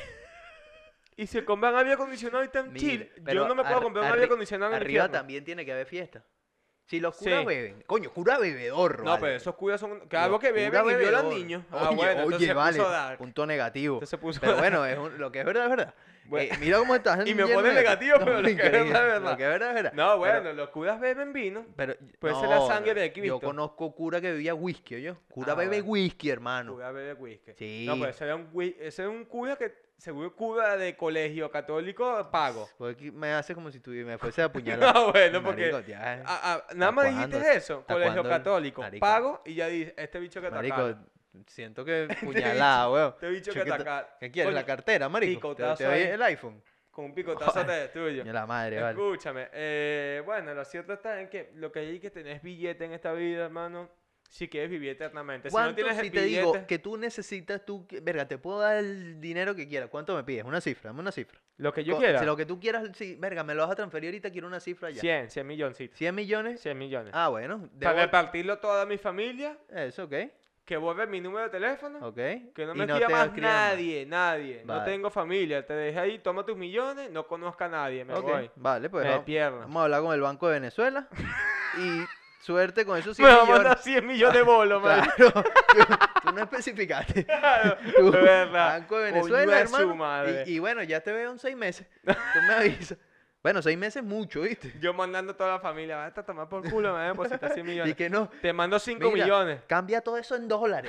Y se compran aire acondicionado y están
Mira,
chill.
pero
Yo no me puedo comprar un aire acondicionado en el
Arriba
infierno.
también tiene que haber fiesta. Si los curas
Sí.
beben. Coño, cura bebedor,
No,
vale.
pero esos curas son... Que algo
Los
que beben
cura
y violan
bebedor.
niños.
Oye,
Ah, bueno, entonces
oye,
se
vale.
puso dark.
Punto negativo.
Entonces se puso
Pero
dark.
bueno, lo que es verdad es verdad.
Bueno.
Mira cómo estás.
Y me
lleno
pone
de-
negativo, pero lo que es
increíble.
verdad es verdad.
Lo que es verdad es verdad.
No,
Pero-
bueno, los curas beben vino.
Pero,
Puede ser la sangre de Cristo.
Yo conozco cura que bebía whisky, yo. Cura
Ah,
bebe
bueno.
whisky, hermano.
Cura bebe whisky.
Sí.
No, pues ese era un cura que, seguro cura de colegio católico pago.
Porque me hace como si me fuese a apuñalar.
No, bueno, porque...
Marico, ya,
nada más
cuándo?
dijiste eso,
¿Hasta
colegio
cuándo?
católico,
Marico.
pago, y ya dices, este bicho que te
marico,
acaba.
siento que puñalada, weón.
Este bicho que
Chiquito,
te acaba.
¿Qué quieres? ¿La
Coño,
cartera, marico? ¿Te
picotazo
doy
ahí.
el iPhone?
Con un picotazo te destruyo.
Coño, la madre, vale.
Escúchame, bueno, lo cierto está en que lo que hay que tener es billete en esta vida, hermano, si quieres vivir eternamente. Si no
¿Cuánto,
tienes
si
el
te
billete,
digo que tú necesitas, verga, te puedo dar el dinero que quieras? ¿Cuánto me pides? Una cifra, dame una cifra.
lo que yo
Co-
quiera,
Si lo que tú quieras, sí, verga, me lo vas a transferir ahorita, quiero una cifra ya.
100 milloncitos,
100 millones.
100 millones.
Ah, bueno.
Para repartirlo toda mi familia,
Eso, ok.
que borre mi número de teléfono,
Ok.
que no
Y
me
te
escriba más
escriban más.
nadie. No
Vale.
tengo familia, te dejé ahí, toma tus millones, no conozca a nadie, me
Ok,
voy.
vale, pues
Me
vamos,
pierdo.
vamos a hablar con el Banco de Venezuela y suerte con esos
Me
100
va a
millones.
mandar 100 millones de bolos, man.
Claro, tú no especificaste. Tú,
de verdad.
Banco de
Coño
Venezuela,
de su
hermano.
madre.
Y bueno, ya te veo en 6 meses. Tú me avisas. Bueno, 6 meses es mucho, ¿viste?
Yo mandando a toda la familia, vete a tomar por culo, me voy a depositar 100
Y
millones.
que no,
Te mando 5
mira,
millones.
cambia todo eso en dólares.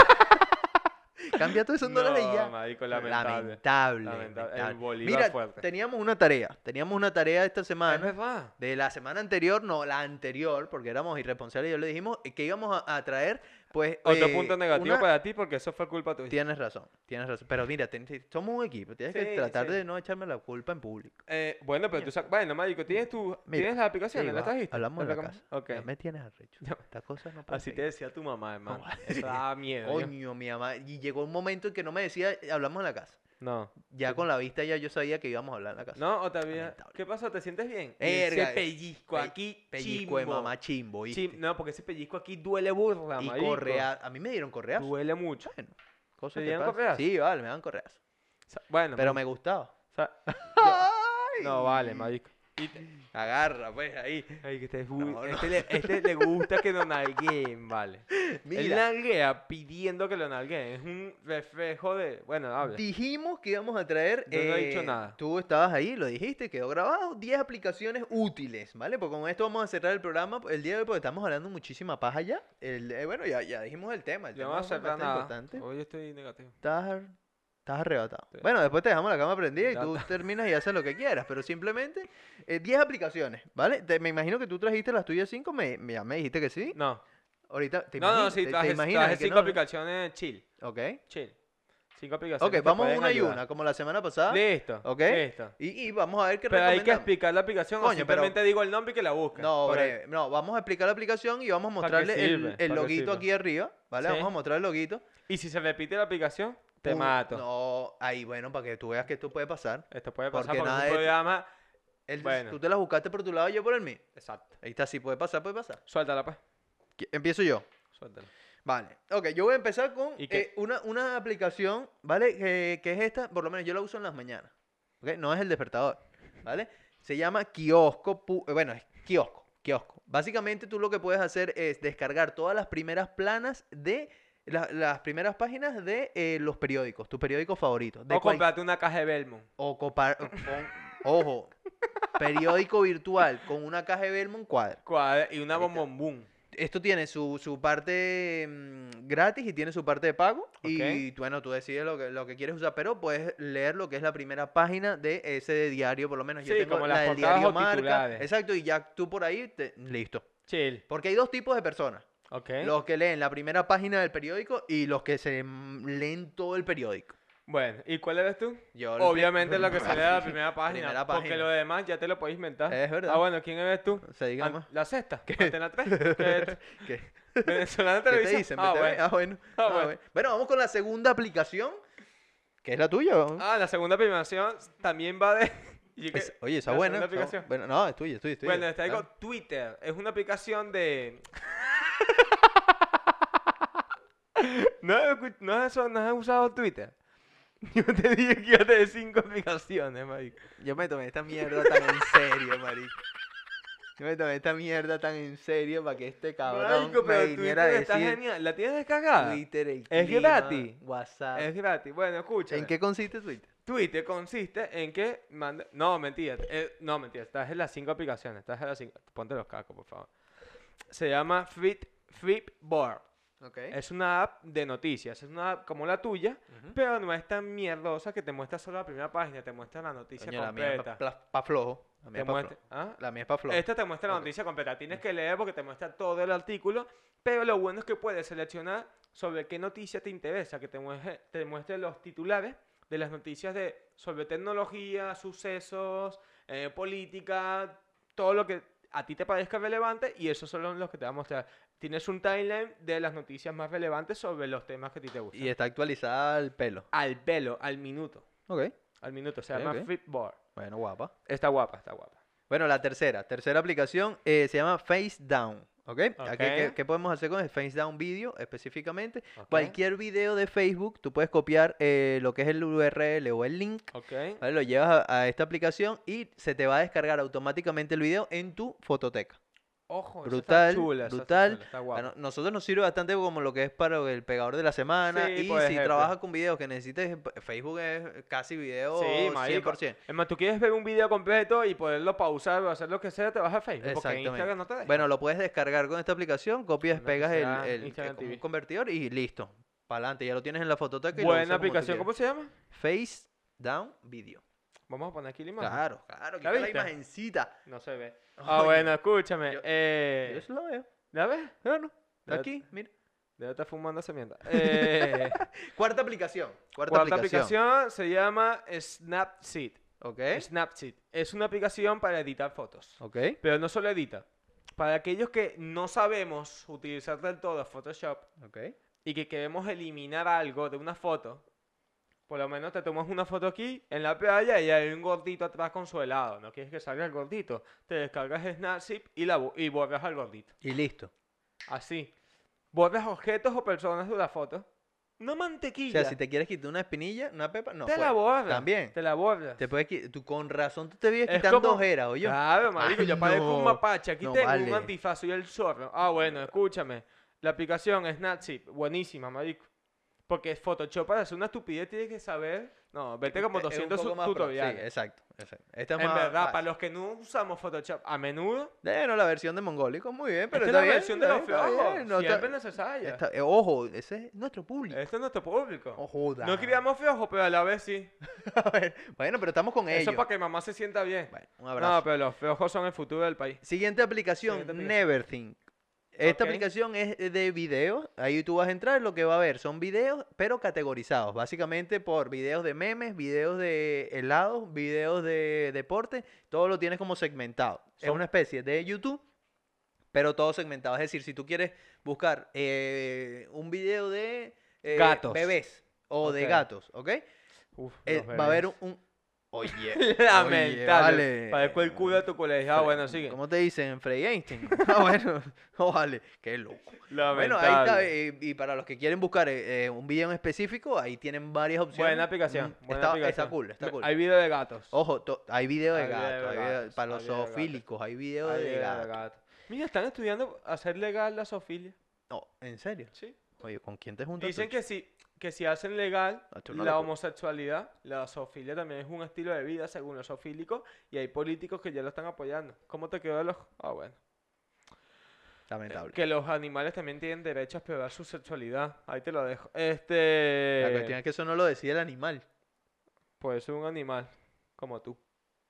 Cambia todo eso en dólares y ya.
No, marico, lamentable.
Lamentable.
El Bolívar
Mira,
fuerte.
teníamos una tarea. Teníamos una tarea esta
Es
semana.
verdad.
De la semana anterior, no, la anterior, porque éramos irresponsables y yo le dijimos que íbamos a traer, pues...
Otro punto negativo
una-
para ti porque eso fue culpa tuya.
Tienes razón. Pero mira, somos un equipo, tienes que
Sí,
tratar
sí.
de no echarme la culpa en público.
Bueno, pero tú sabes, bueno, marico, ¿tienes
Mira,
¿tienes las aplicaciones?
Sí,
¿Las
va,
trajiste?
hablamos de la
¿Las
casa.
Ok.
Ya me tienes arrecho.
Ya.
Estas cosas no pueden
Así te
seguir.
decía tu mamá, hermano.
vale.
Eso daba miedo. yo.
Coño, mi mamá. Y llegó un momento en que no me decía, hablamos en la casa.
No.
Ya con la vista ya yo sabía que íbamos a hablar en la casa.
No, o todavía.
Lamentable.
¿Qué pasó? ¿Te sientes bien?
Verga,
Ese pellizco aquí,
Pellizco de
chimbo.
mamá chimbo, ¿viste?
No, porque ese pellizco aquí duele burla,
Y
marico.
correa. A mí me dieron correas.
Duele mucho.
Bueno, cosas
¿Te
que
dieron
pasan.
correas?
Sí, vale, me dan correas.
Bueno,
Pero
pues,
me gustaba.
o sea, no vale, marico. Y
Agarra, pues, ahí.
ay, que
No, no.
este le gusta que lo nalgueen, vale. Él
Mira,
nalguea pidiendo que lo nalgueen. Es un reflejo de... Bueno, habla.
dijimos que íbamos a traer...
Yo no he dicho nada.
Tú estabas ahí, lo dijiste, quedó grabado. 10 aplicaciones útiles, ¿vale? Porque con esto vamos a cerrar el programa el día de hoy porque estamos hablando muchísima paja ya. Bueno, ya dijimos el tema. El
Yo no
tema
voy a
es
cerrar
bastante
nada.
importante.
Hoy estoy negativo.
Estás arrebatado.
Sí.
Bueno, después te dejamos la cama prendida y
Ya
tú
está.
terminas y haces lo que quieras, pero simplemente 10 aplicaciones, ¿vale? Me imagino que tú trajiste las tuyas 5, ya me dijiste que sí.
No.
Ahorita, ¿te
No, no,
imaginas?
sí,
¿Te
traje
imaginas que
5
no, no?
aplicaciones chill.
Ok.
Chill. 5 aplicaciones.
Ok,
que
vamos
pueden
una y
ayudar.
una, como la semana pasada.
Listo.
Ok.
Listo.
Y vamos a ver qué
Pero hay que
recomendamos.
explicar la aplicación o
Coño, pero-
simplemente digo el nombre y que la busquen.
No,
Por ahí.
breve. No, vamos a explicar la aplicación y vamos a
¿Para qué
mostrarle el
sirve? ¿Para qué
loguito
sirve?
aquí arriba, ¿vale?
Sí.
Vamos a mostrar el loguito.
Y si se repite la aplicación, te
Pum.
mato.
No, ahí, bueno, para que tú veas que esto puede pasar.
Esto puede pasar
Porque
porque es
nada
un
de-
programa...
Él-
Bueno.
Tú te la buscaste por tu lado y yo por el mío.
Exacto.
Ahí está, sí puede pasar, puede pasar.
Suéltala, pues.
Empiezo yo.
Suéltalo.
Vale, ok, yo voy a empezar con
¿Y qué?
una aplicación, ¿vale? Que es esta, por lo menos yo la uso en las mañanas, ¿ok? No es el despertador, ¿vale? Se llama Kiosco, bueno, es Kiosco. Básicamente tú lo que puedes hacer es descargar todas las primeras planas de, las primeras páginas de los periódicos, tus periódicos favoritos. De
O comprarte una caja de Belmont.
ojo, periódico virtual con una caja de Belmont cuadra.
Y una
Ahí está.
bombombum.
Esto tiene su parte gratis y tiene su parte de pago. Y
Ok.
bueno, tú decides lo que quieres usar, pero puedes leer lo que es la primera página de ese diario, por lo menos. Yo
Sí,
tengo
como
la
las
del
portadas
diario
o
Marca.
titulares.
Exacto, y ya tú por ahí, listo.
Chill.
Porque hay dos tipos de personas.
Ok.
Los que leen la primera página del periódico y los que se leen todo el periódico.
Bueno, ¿y cuál eres tú?
Yo
Obviamente lo que sale de la primera página.
Primera
Porque
página.
lo demás ya te lo puedes inventar.
Es verdad.
Ah, bueno, ¿quién eres tú?
Se diga más.
La sexta.
¿Qué?
Antena 3. ¿Qué?
¿Qué,
Venezolana
qué te
Televisión.
dicen?
Ah,
BTV?
bueno.
Ah, bueno.
Ah,
Ah,
bueno.
bueno. Bueno, vamos con la segunda aplicación, que es la tuya. ¿no?
Ah, la segunda aplicación también va de... y que-
Oye, esa
la
buena.
segunda aplicación.
Bueno, no, es tuya, es tuya.
Bueno, les traigo
Dale.
Twitter. Es una aplicación de... ¿No has usado Twitter? Yo te dije que iba a tener 5 aplicaciones, marico.
Yo me tomé esta mierda tan en serio, marico. Yo me tomé esta mierda tan en serio para que este cabrón
Marico,
me
pero
viniera a
Twitter está
decir
genial. ¿La tienes descargada?
Twitter, el
Es
clima,
gratis.
WhatsApp.
Es gratis. Bueno, escucha.
¿En qué consiste Twitter?
Twitter consiste en que manda... No, mentira. No, mentira. Estás en las 5 aplicaciones. Estás en las 5. Ponte los cascos, por favor. Se llama Flipboard.
Ok.
Es una app de noticias. Es una app como la tuya,
Ujú.
pero no es tan mierdosa que te muestra solo la primera página. Te muestra la noticia
Coño, la mía es
completa.
pa flojo. La mía
Te
es pa
muestra...
flojo.
¿Ah?
La mía es pa flojo.
Esta te muestra la
Ok.
noticia completa. Tienes que leer porque te muestra todo el artículo, pero lo bueno es que puedes seleccionar sobre qué noticia te interesa, que te muestre los titulares de las noticias sobre tecnología, sucesos, política, todo lo que a ti te parezca relevante y esos son los que te va a mostrar. Tienes un timeline de las noticias más relevantes sobre los temas que a ti te gustan.
Y está actualizada al pelo.
Al pelo, al minuto.
Ok.
Al minuto, se
Ok,
llama
ok.
Flipboard.
Bueno, guapa.
Está guapa, está guapa.
Bueno, la tercera aplicación se llama Face Down. ¿Ok? Aquí,
Ok.
¿qué podemos hacer con el Face Down Video específicamente?
Ok.
Cualquier video de Facebook, tú puedes copiar lo que es el URL o el link,
Ok.
¿vale? Lo llevas a esta aplicación y se te va a descargar automáticamente el video en tu fototeca.
Ojo, esa
Brutal,
está chula, esa está
brutal.
chula, está guapa.
A nosotros nos sirve bastante como lo que es para el pegador de la semana.
Sí,
Y
por
si
ejemplo.
trabajas con videos que necesites, Facebook es casi video
Sí, marico.
100%.
Es más, tú quieres ver un video completo y poderlo pausar o hacer lo que sea, te vas a Facebook. Porque
Exactamente.
Instagram no te deja.
Bueno, lo puedes descargar con esta aplicación, copias,
No, que
pegas
sea
el
Instagram
como un
TV.
convertidor y listo. Para adelante, ya lo tienes en la fototeca y lo
Buena
usas como tú
aplicación, ¿cómo
quieras.
se llama?
Face Down Video.
Vamos a poner aquí la imagen.
Claro, claro, aquí
¿La
está la
viste?
imagencita.
No se ve.
Oye,
Ah, bueno, escúchame.
yo- Yo sí lo veo.
¿La ves?
Claro,
Ya-
aquí, mira.
Debe estar fumando esa mierda.
Cuarta aplicación.
Cuarta aplicación se llama Snapseed.
Ok,
Snapseed. Es una aplicación para editar fotos.
ok.
Pero no solo edita. Para aquellos que no sabemos utilizar del todo Photoshop
Ok.
y que queremos eliminar algo de una foto, por lo menos te tomas una foto aquí en la playa y hay un gordito atrás con su helado. No quieres que salga el gordito. Te descargas Snapseed y borras al gordito.
Y listo.
Así. Borras objetos o personas de la foto. Una
O
mantequilla.
sea, si te quieres quitar una espinilla, una pepa, no.
te
puedes.
la borras.
También.
Te la borras.
Te puedes tú con razón tú te vives
Es
quitando
como-
ojeras, oye.
Claro, marico,
Ay,
yo parezco un
no.
mapache. Aquí
No
tengo
vale.
un antifaz, soy el zorro. Ah, bueno, escúchame. La aplicación Snapseed, buenísima, marico. Porque Photoshop para hacer una estupidez tienes que saber. No, vete como
Es un
200
poco más pro.
tutoriales.
Sí, exacto. Esta es
En
más
verdad,
fácil.
para los que no usamos Photoshop a menudo,
Bueno, la versión de Mongólico, muy bien, pero
esta
está
es la
bien,
versión de
está
los
bien, está
flojos.
bien, no,
Siempre necesaria.
ojo, ese es nuestro público.
Este es nuestro público.
No joda.
No criamos flojos, pero a la vez sí.
A ver, bueno, pero estamos con
Eso
ellos.
para que mamá se sienta bien.
Bueno, un abrazo.
No, pero los flojos son el futuro del país.
Siguiente aplicación,
Siguiente aplicación.
Neverthink. Esta
Ok.
aplicación es de videos. Ahí tú vas a entrar, lo que va a ver son videos, pero categorizados. Básicamente por videos de memes, videos de helados, videos de deporte. Todo lo tienes como segmentado. Es
Son-
una especie de YouTube, pero todo segmentado. Es decir, si tú quieres buscar un video de
Gatos.
bebés o de
Ok.
gatos, ¿ok?
Uf,
Va a haber
bebés.
Oye,
Lamentable.
vale.
Parezco el culo de tu colegio. Ah, bueno, sigue.
¿Cómo te dicen? Frey Einstein. Ah, bueno. Oh, vale. Qué loco. Bueno, ahí está.
Lamentable.
Y para los que quieren buscar un video en específico, ahí tienen varias opciones.
Buena aplicación. Buena
Está
aplicación.
cool, está cool.
Hay video de gatos.
Ojo, hay video de
Hay video
gato,
de gatos,
para
hay
los
video de gatos.
zoofílicos, hay video
Hay
de
video
gato.
gatos. Mira, están estudiando hacer legal la zoofilia.
No, ¿en serio?
Sí.
Oye, ¿con quién te juntas
Dicen
tú?
que si hacen legal
Esto es una
la
locura.
homosexualidad, la zoofilia también es un estilo de vida según los zoofílicos y hay políticos que ya lo están apoyando. ¿Cómo te quedó de los...? Ah, bueno.
Lamentable.
Que los animales también tienen derecho a explorar su sexualidad. Ahí te lo dejo.
La cuestión es que eso no lo decide el animal.
Puede ser un animal, como tú.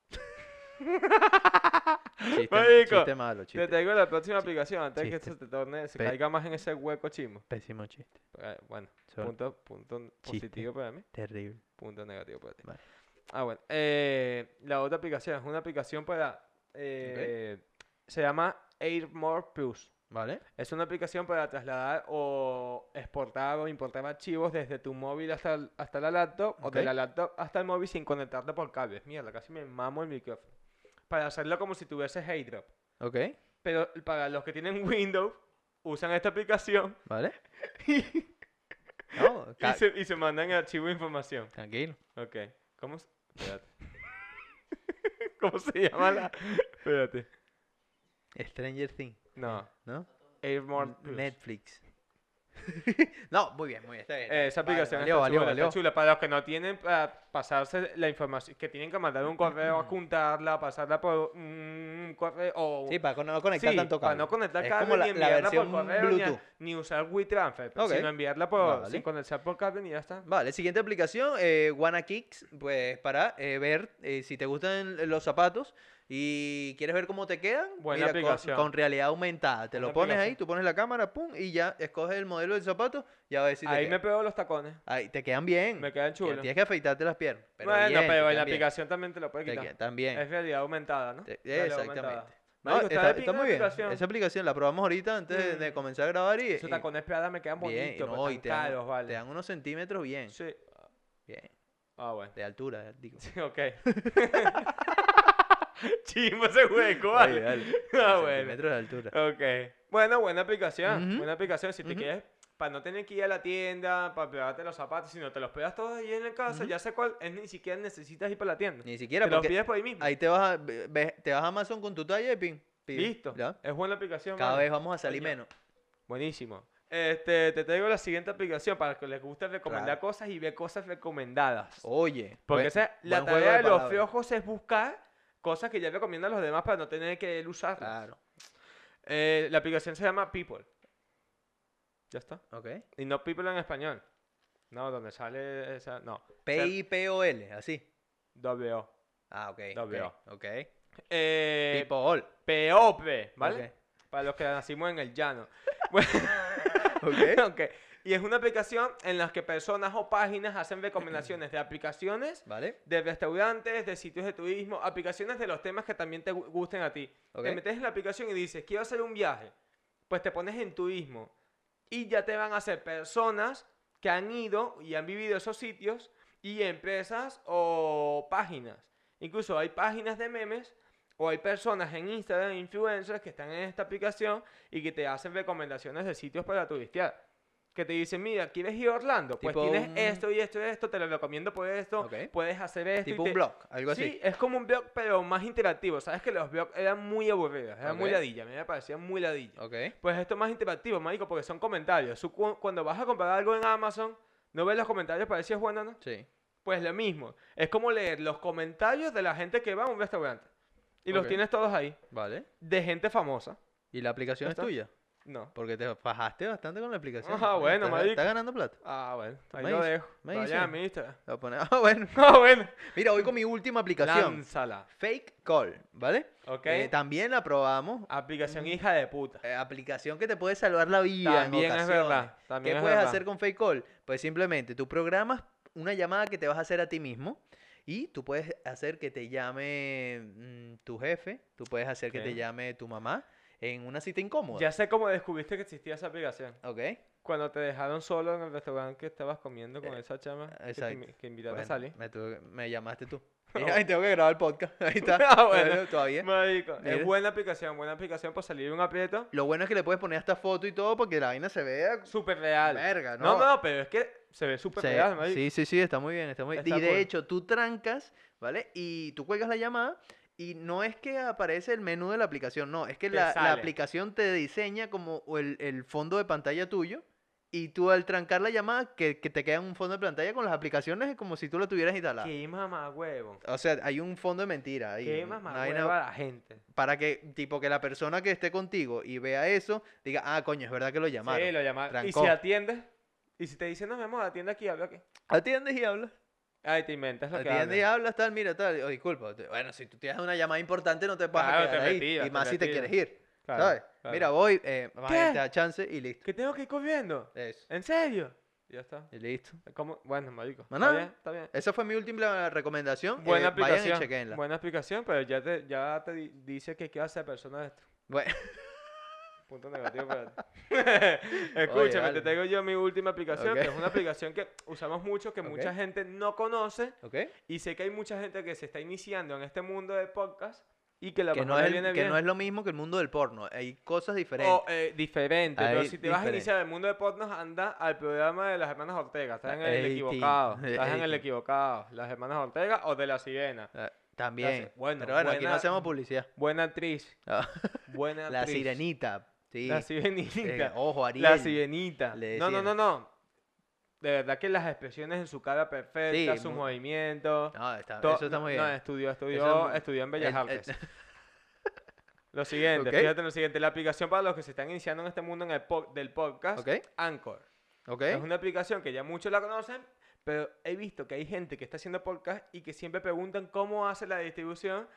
Chiste,
Marico,
chiste malo,
Te
chiste.
traigo la próxima aplicación antes de que
chiste.
esto se torne, se
Pe-
caiga más en ese hueco chimo.
Pésimo chiste.
Bueno,
Son
punto
chiste.
positivo para mí,
terrible.
punto negativo para ti.
Vale.
Ah, bueno. La otra aplicación es una aplicación para... Se llama AirMore Plus.
¿Vale?
Es una aplicación para trasladar o exportar o importar archivos desde tu móvil hasta la laptop o de
Ok.
la laptop hasta el móvil sin conectarte por cables. Mierda, casi me mamo el micrófono. Para hacerlo como si tuvieses AirDrop.
Ok.
Pero para los que tienen Windows, usan esta aplicación
¿Vale? No,
y se mandan archivo de información.
tranquilo.
Ok. ¿Cómo se...? Espérate. ¿Cómo se llama la...? Espérate.
Stranger Things,
No.
¿no?
AirMore Plus.
Netflix. No, muy bien, está bien.
Esa aplicación
valió,
está chula,
valió.
está chula. Para los que no tienen para pasarse la información, que tienen que mandar un correo, adjuntarla, pasarla por un correo o...
Sí, para no conectar
Sí,
tanto
para
cable.
no conectar
Es
cable
como
ni
la
enviarla por
versión
correo
Bluetooth.
ni usar WeTransfer,
Ok.
sino enviarla por,
Vale.
sin conectar por cable y ya está.
Vale, siguiente aplicación, WannaKicks, pues para ver si te gustan los zapatos y quieres ver cómo te quedan,
Buena
mira,
aplicación.
con realidad aumentada. Te
Buena
lo pones ahí,
aplicación.
tú pones la cámara, pum, y ya escoges el modelo del zapato y a ver si te
Ahí me
queda.
pego los tacones.
Ahí, te quedan bien.
Me quedan chulos.
Tienes que afeitarte las piernas. Pero
Bueno,
bien, te
pero en la
quedan bien.
aplicación también te lo puedes
Te
quitar.
quedan bien.
Es realidad aumentada, ¿no? Realidad
Exactamente.
aumentada.
No,
Marico,
está,
de pinga
está muy
la
bien.
aplicación.
Esa aplicación la probamos ahorita antes de comenzar a grabar y,
Esos tacones pegadas me quedan
bien,
bonitos,
no,
pero
y
están caros, vale.
te dan unos centímetros bien.
Sí.
Bien.
Ah, bueno.
De altura, digo.
Sí, ok. Chimo ese hueco, vale.
Oye, dale.
Ah, bueno.
Centímetros de altura.
Ok. Bueno, buena aplicación.
Ujú.
Buena aplicación. Si te
Ujú.
quieres, para no tener que ir a la tienda, para pegarte los zapatos, sino te los pegas todos ahí en el casa,
Ujú.
ya sé cuál, es, ni siquiera necesitas ir para la tienda.
Ni siquiera
Te los
porque
pides por ahí mismo.
ahí te vas te vas a Amazon con tu talla y pim. pides.
Listo.
¿Ya?
Es buena aplicación.
Cada
vale.
vez vamos a salir
Coño.
menos.
Buenísimo. Te traigo la siguiente aplicación para que les guste recomendar
Claro.
cosas y ver cosas recomendadas.
Oye.
Porque
buen-
esa, la
buen juego
tarea de los
palabras.
flojos es buscar cosas que ya recomiendan los demás para no tener que él usarlas.
Claro.
La aplicación se llama People. Ya está.
Ok.
Y no People en español. No, donde sale esa. No.
P-I-P-O-L, así.
W.
Ah, ok.
W.
Ok.
Eh,
People.
POP, ¿vale?
Ok.
Para los que nacimos en el llano.
Ok.
Ok. Y es una aplicación en la que personas o páginas hacen recomendaciones de aplicaciones,
¿Vale?
de restaurantes, de sitios de turismo, aplicaciones de los temas que también te gusten a ti.
Ok.
Te metes en la aplicación y dices, quiero hacer un viaje. Pues te pones en turismo. Y ya te van a hacer personas que han ido y han vivido esos sitios y empresas o páginas. Incluso hay páginas de memes o hay personas en Instagram, influencers, que están en esta aplicación y que te hacen recomendaciones de sitios para turistear. Que te dicen, mira, ¿quieres ir a Orlando? Pues
Tipo
tienes
un-
esto y esto y esto, te lo recomiendo por esto,
Ok.
puedes hacer esto.
Tipo
y
un blog, algo así.
Sí, es como un blog, pero más interactivo. Sabes que los blogs eran muy aburridos, eran muy
Ok.
ladilla, a mí me parecían muy ladilla.
Ok.
Pues esto es más interactivo, marico, porque son comentarios. Cuando vas a comprar algo en Amazon, ¿no ves los comentarios para ver si es bueno o no?
Sí.
Pues lo mismo. Es como leer los comentarios de la gente que va a un restaurante. Y los
Ok.
tienes todos ahí.
Vale.
De gente famosa.
¿Y la aplicación
¿Ya
es
está?
tuya?
No.
Porque te fajaste bastante con la aplicación.
Ajá, bueno,
Estás
marico.
ganando plata.
Ah, bueno. Ahí
Me
lo
dice,
dejo.
me
Vaya
dice.
a mi Instagram.
Lo voy a poner- Ah, bueno.
Ah, bueno.
Mira, voy con mi última aplicación.
Lánzala.
Fake Call, ¿vale?
Ok.
También la probamos.
Aplicación hija de puta.
Aplicación que te puede salvar la vida. en
También es
ocasiones.
verdad. También
¿Qué
es
puedes
verdad.
hacer con Fake Call? Pues simplemente tú programas una llamada que te vas a hacer a ti mismo y tú puedes hacer que te llame tu jefe, tú puedes hacer que
Ok.
te llame tu mamá en una cita incómoda.
Ya sé cómo descubriste que existía esa aplicación.
¿Ok?
Cuando te dejaron solo en el restaurante que estabas comiendo con esa chama que,
exacto.
que invitaste
Bueno,
a salir.
me llamaste tú. Mira, ahí tengo que grabar el podcast. Ahí está.
Ah, bueno.
Todavía.
Marico,
Mira.
es buena aplicación para salir de un aprieto.
Lo bueno es que le puedes poner hasta foto y todo porque la vaina se vea
Súper real.
verga,
No,
¿no?
no, pero es que se ve súper real, marico.
sí, está muy bien, está muy bien.
Está
Y de
cool.
hecho, tú trancas, ¿vale? Y tú cuelgas la llamada y no es que aparece el menú de la aplicación, no, es que
Te
la
sale.
aplicación te diseña como el fondo de pantalla tuyo y tú al trancar la llamada que te queda un fondo de pantalla con las aplicaciones es como si tú lo tuvieras instalada.
Qué mamá huevo.
O sea, hay un fondo de mentira ahí.
Qué
una
mamá
vaina
huevo a la gente.
para que, tipo, que la persona que esté contigo y vea eso, diga, ah, coño, es verdad que lo llamaron.
Sí, lo llamaron. Y
Trancó.
si atiendes, y si te dicen, no, mi amor, atiende aquí, habla aquí.
Atiendes y hablas.
Ay, te inventas lo que
Atiendes y
hablas.
hablas, tal, mira, tal. Oh, disculpa. Bueno, si tú tienes una llamada importante, no te vas
Claro,
a quedar
te
ahí.
retiras,
Y
te
más si te
retiras.
quieres ir.
Claro,
¿Sabes?
claro.
Mira, voy, vamos a
¿Qué?
te da chance y listo.
¿Que tengo que ir corriendo?
Eso.
¿En serio? Y ya está.
Y listo.
¿Cómo? Bueno, marico.
Más
Está
nada.
bien, está bien.
Esa fue mi última recomendación.
Buena
Vayan y
aplicación.
chequenla.
Buena aplicación, pero ya te dice que qué hace persona de esto.
Bueno,
Punto negativo para ti. Escúchame,
vale.
te traigo yo mi última aplicación,
Ok.
que es una aplicación que usamos mucho, que
Ok.
mucha gente no conoce.
¿ok?
Y sé que hay mucha gente que se está iniciando en este mundo de podcast y que la
Que,
mejor
no
le
es,
viene
que
bien.
no es lo mismo que el mundo del porno. Hay cosas diferentes.
O diferente, pero
Ahí,
si te vas a
diferente.
iniciar en el mundo de podcast, anda al programa de las hermanas Ortega. Estás en el
A-Team.
equivocado. Estás en el
A-Team.
equivocado. Las hermanas Ortega o de La Sirena.
También.
bueno,
Pero bueno, aquí no
buena-
hacemos publicidad.
Buena actriz.
Ah,
Buena
La
actriz.
sirenita. Sí.
La sirenita.
Ojo, Ariel.
La sirenita.
le
No, no,
decían.
no, no. De verdad que las expresiones en su cara perfecta,
Sí,
sus
muy-
movimientos.
No, está,
to-
eso está muy
no,
bien.
estudió
Eso es-
en Bellas
el-
Artes. Lo siguiente,
Ok.
fíjate en lo siguiente. La aplicación para los que se están iniciando en este mundo del podcast,
Ok.
Anchor.
¿Ok?
Es una aplicación que ya muchos la conocen, pero he visto que hay gente que está haciendo podcast y que siempre preguntan cómo hace la distribución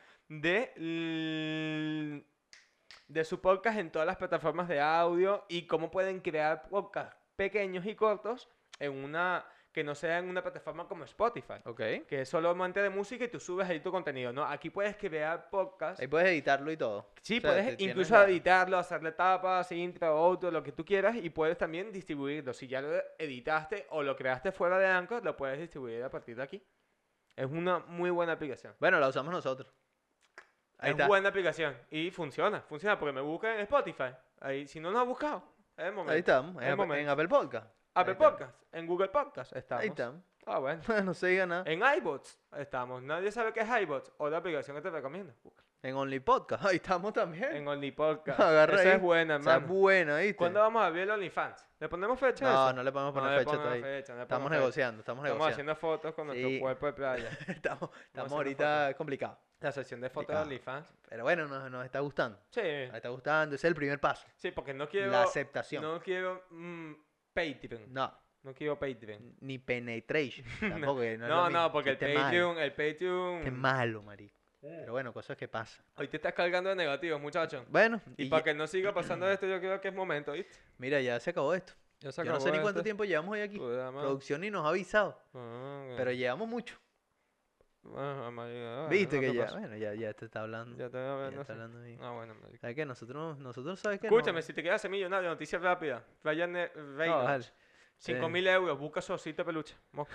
de su podcast en todas las plataformas de audio y cómo pueden crear podcasts pequeños y cortos en una que no sea en una plataforma como Spotify,
Ok.
que es solamente de música y tú subes ahí tu contenido, ¿no? Aquí puedes crear podcasts.
Ahí puedes editarlo y todo.
Sí,
O sea,
puedes
tienes
incluso
la-
editarlo, hacerle tapas, intro, outro, lo que tú quieras y puedes también distribuirlo. Si ya lo editaste o lo creaste fuera de Anchor, lo puedes distribuir a partir de aquí. Es una muy buena aplicación.
Bueno, la usamos nosotros. Ahí
Es
está.
buena aplicación y funciona porque me buscan en Spotify. Ahí, si no nos has buscado, es el momento.
Ahí estamos.
Es el
En
momento.
Apple Podcast.
Apple
Ahí estamos.
Podcast, en Google Podcast estamos.
Ahí estamos.
Ah, bueno.
No se diga nada.
En iBots estamos. Nadie sabe qué es iBots. Otra aplicación que te recomiendo. Busca.
En Only Podcast. Ahí estamos también.
En OnlyPodcast.
Agarra
Esa
ahí.
es buena,
O sea,
hermano.
buena, ¿viste?
¿Cuándo vamos a abrir el OnlyFans? ¿Le ponemos fecha a
No,
eso?
no le podemos
No
poner
le
fecha
ponemos
todavía.
fecha, no le
Estamos
ponemos fecha.
negociando, estamos
Estamos
negociando.
haciendo fotos con nuestro
Sí.
cuerpo de playa.
Estamos
haciendo
ahorita
fotos.
complicado.
La sección de fotos de
Complicado.
OnlyFans.
Pero bueno, nos está gustando.
Sí.
Nos está gustando. Ese es el primer paso.
Sí, porque no quiero...
La aceptación.
No quiero Patreon.
No.
No quiero Patreon.
Ni penetration. Tampoco. Que no, es lo
No,
mismo.
no, porque el
Chiste malo.
Patreon... El Patreon...
Chiste malo, marico. Pero bueno, cosas que pasan.
Hoy te estás cargando de negativos, muchachos.
Bueno,
Y
y
para
ya-
que no siga pasando esto, yo creo que es momento, ¿viste?
mira, ya se acabó esto.
Ya se
Yo no sé
acabó
ni cuánto
esto.
tiempo llevamos hoy aquí.
Puta madre.
Producción ni nos ha avisado.
Ah,
Pero llevamos mucho.
marica,
Viste
no
que
te
ya,
pases.
bueno, ya te está hablando.
Ya te voy a ver,
Ya
no
está
sé.
hablando bien.
Ah, bueno, marica.
¿Sabes qué? Nosotros sabes que
Escúchame, si te quedas ser millonario, noticia rápida. Ryan Reynolds.
vale.
5.000 euros, busca su osito de peluche. Mosca.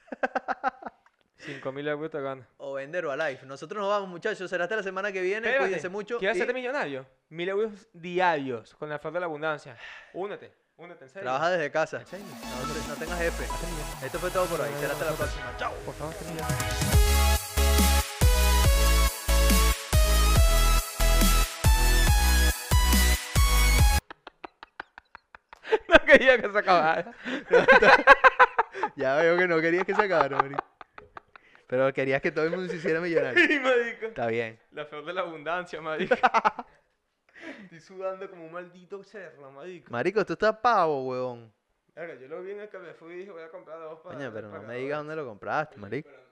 5.000 euros te gana.
O vender o a live. Nosotros nos vamos, muchachos. Será hasta la semana que viene.
Espérate,
Cuídense mucho.
¿Quieres
y
hacerte millonario? 1.000 euros diarios con la flor de la abundancia. Únete, en serio.
trabaja desde casa.
¿En serio?
No tengas jefe. Esto fue todo por hoy. Será hasta la próxima. Chao.
Por favor, hazte millonario. No quería que se acabara.
Ya veo que no querías que se acabara, marico. Pero querías que todo el mundo se hiciera millonario.
Sí, marico.
Está bien.
La flor de la abundancia, marico. Estoy sudando como un maldito cerdo, marico.
Marico, esto está pavo, huevón.
Verga, yo lo vi en el Carrefour y dije voy a comprar dos para...
Coño, pero no
para
me digas dónde lo compraste, marico.
Pero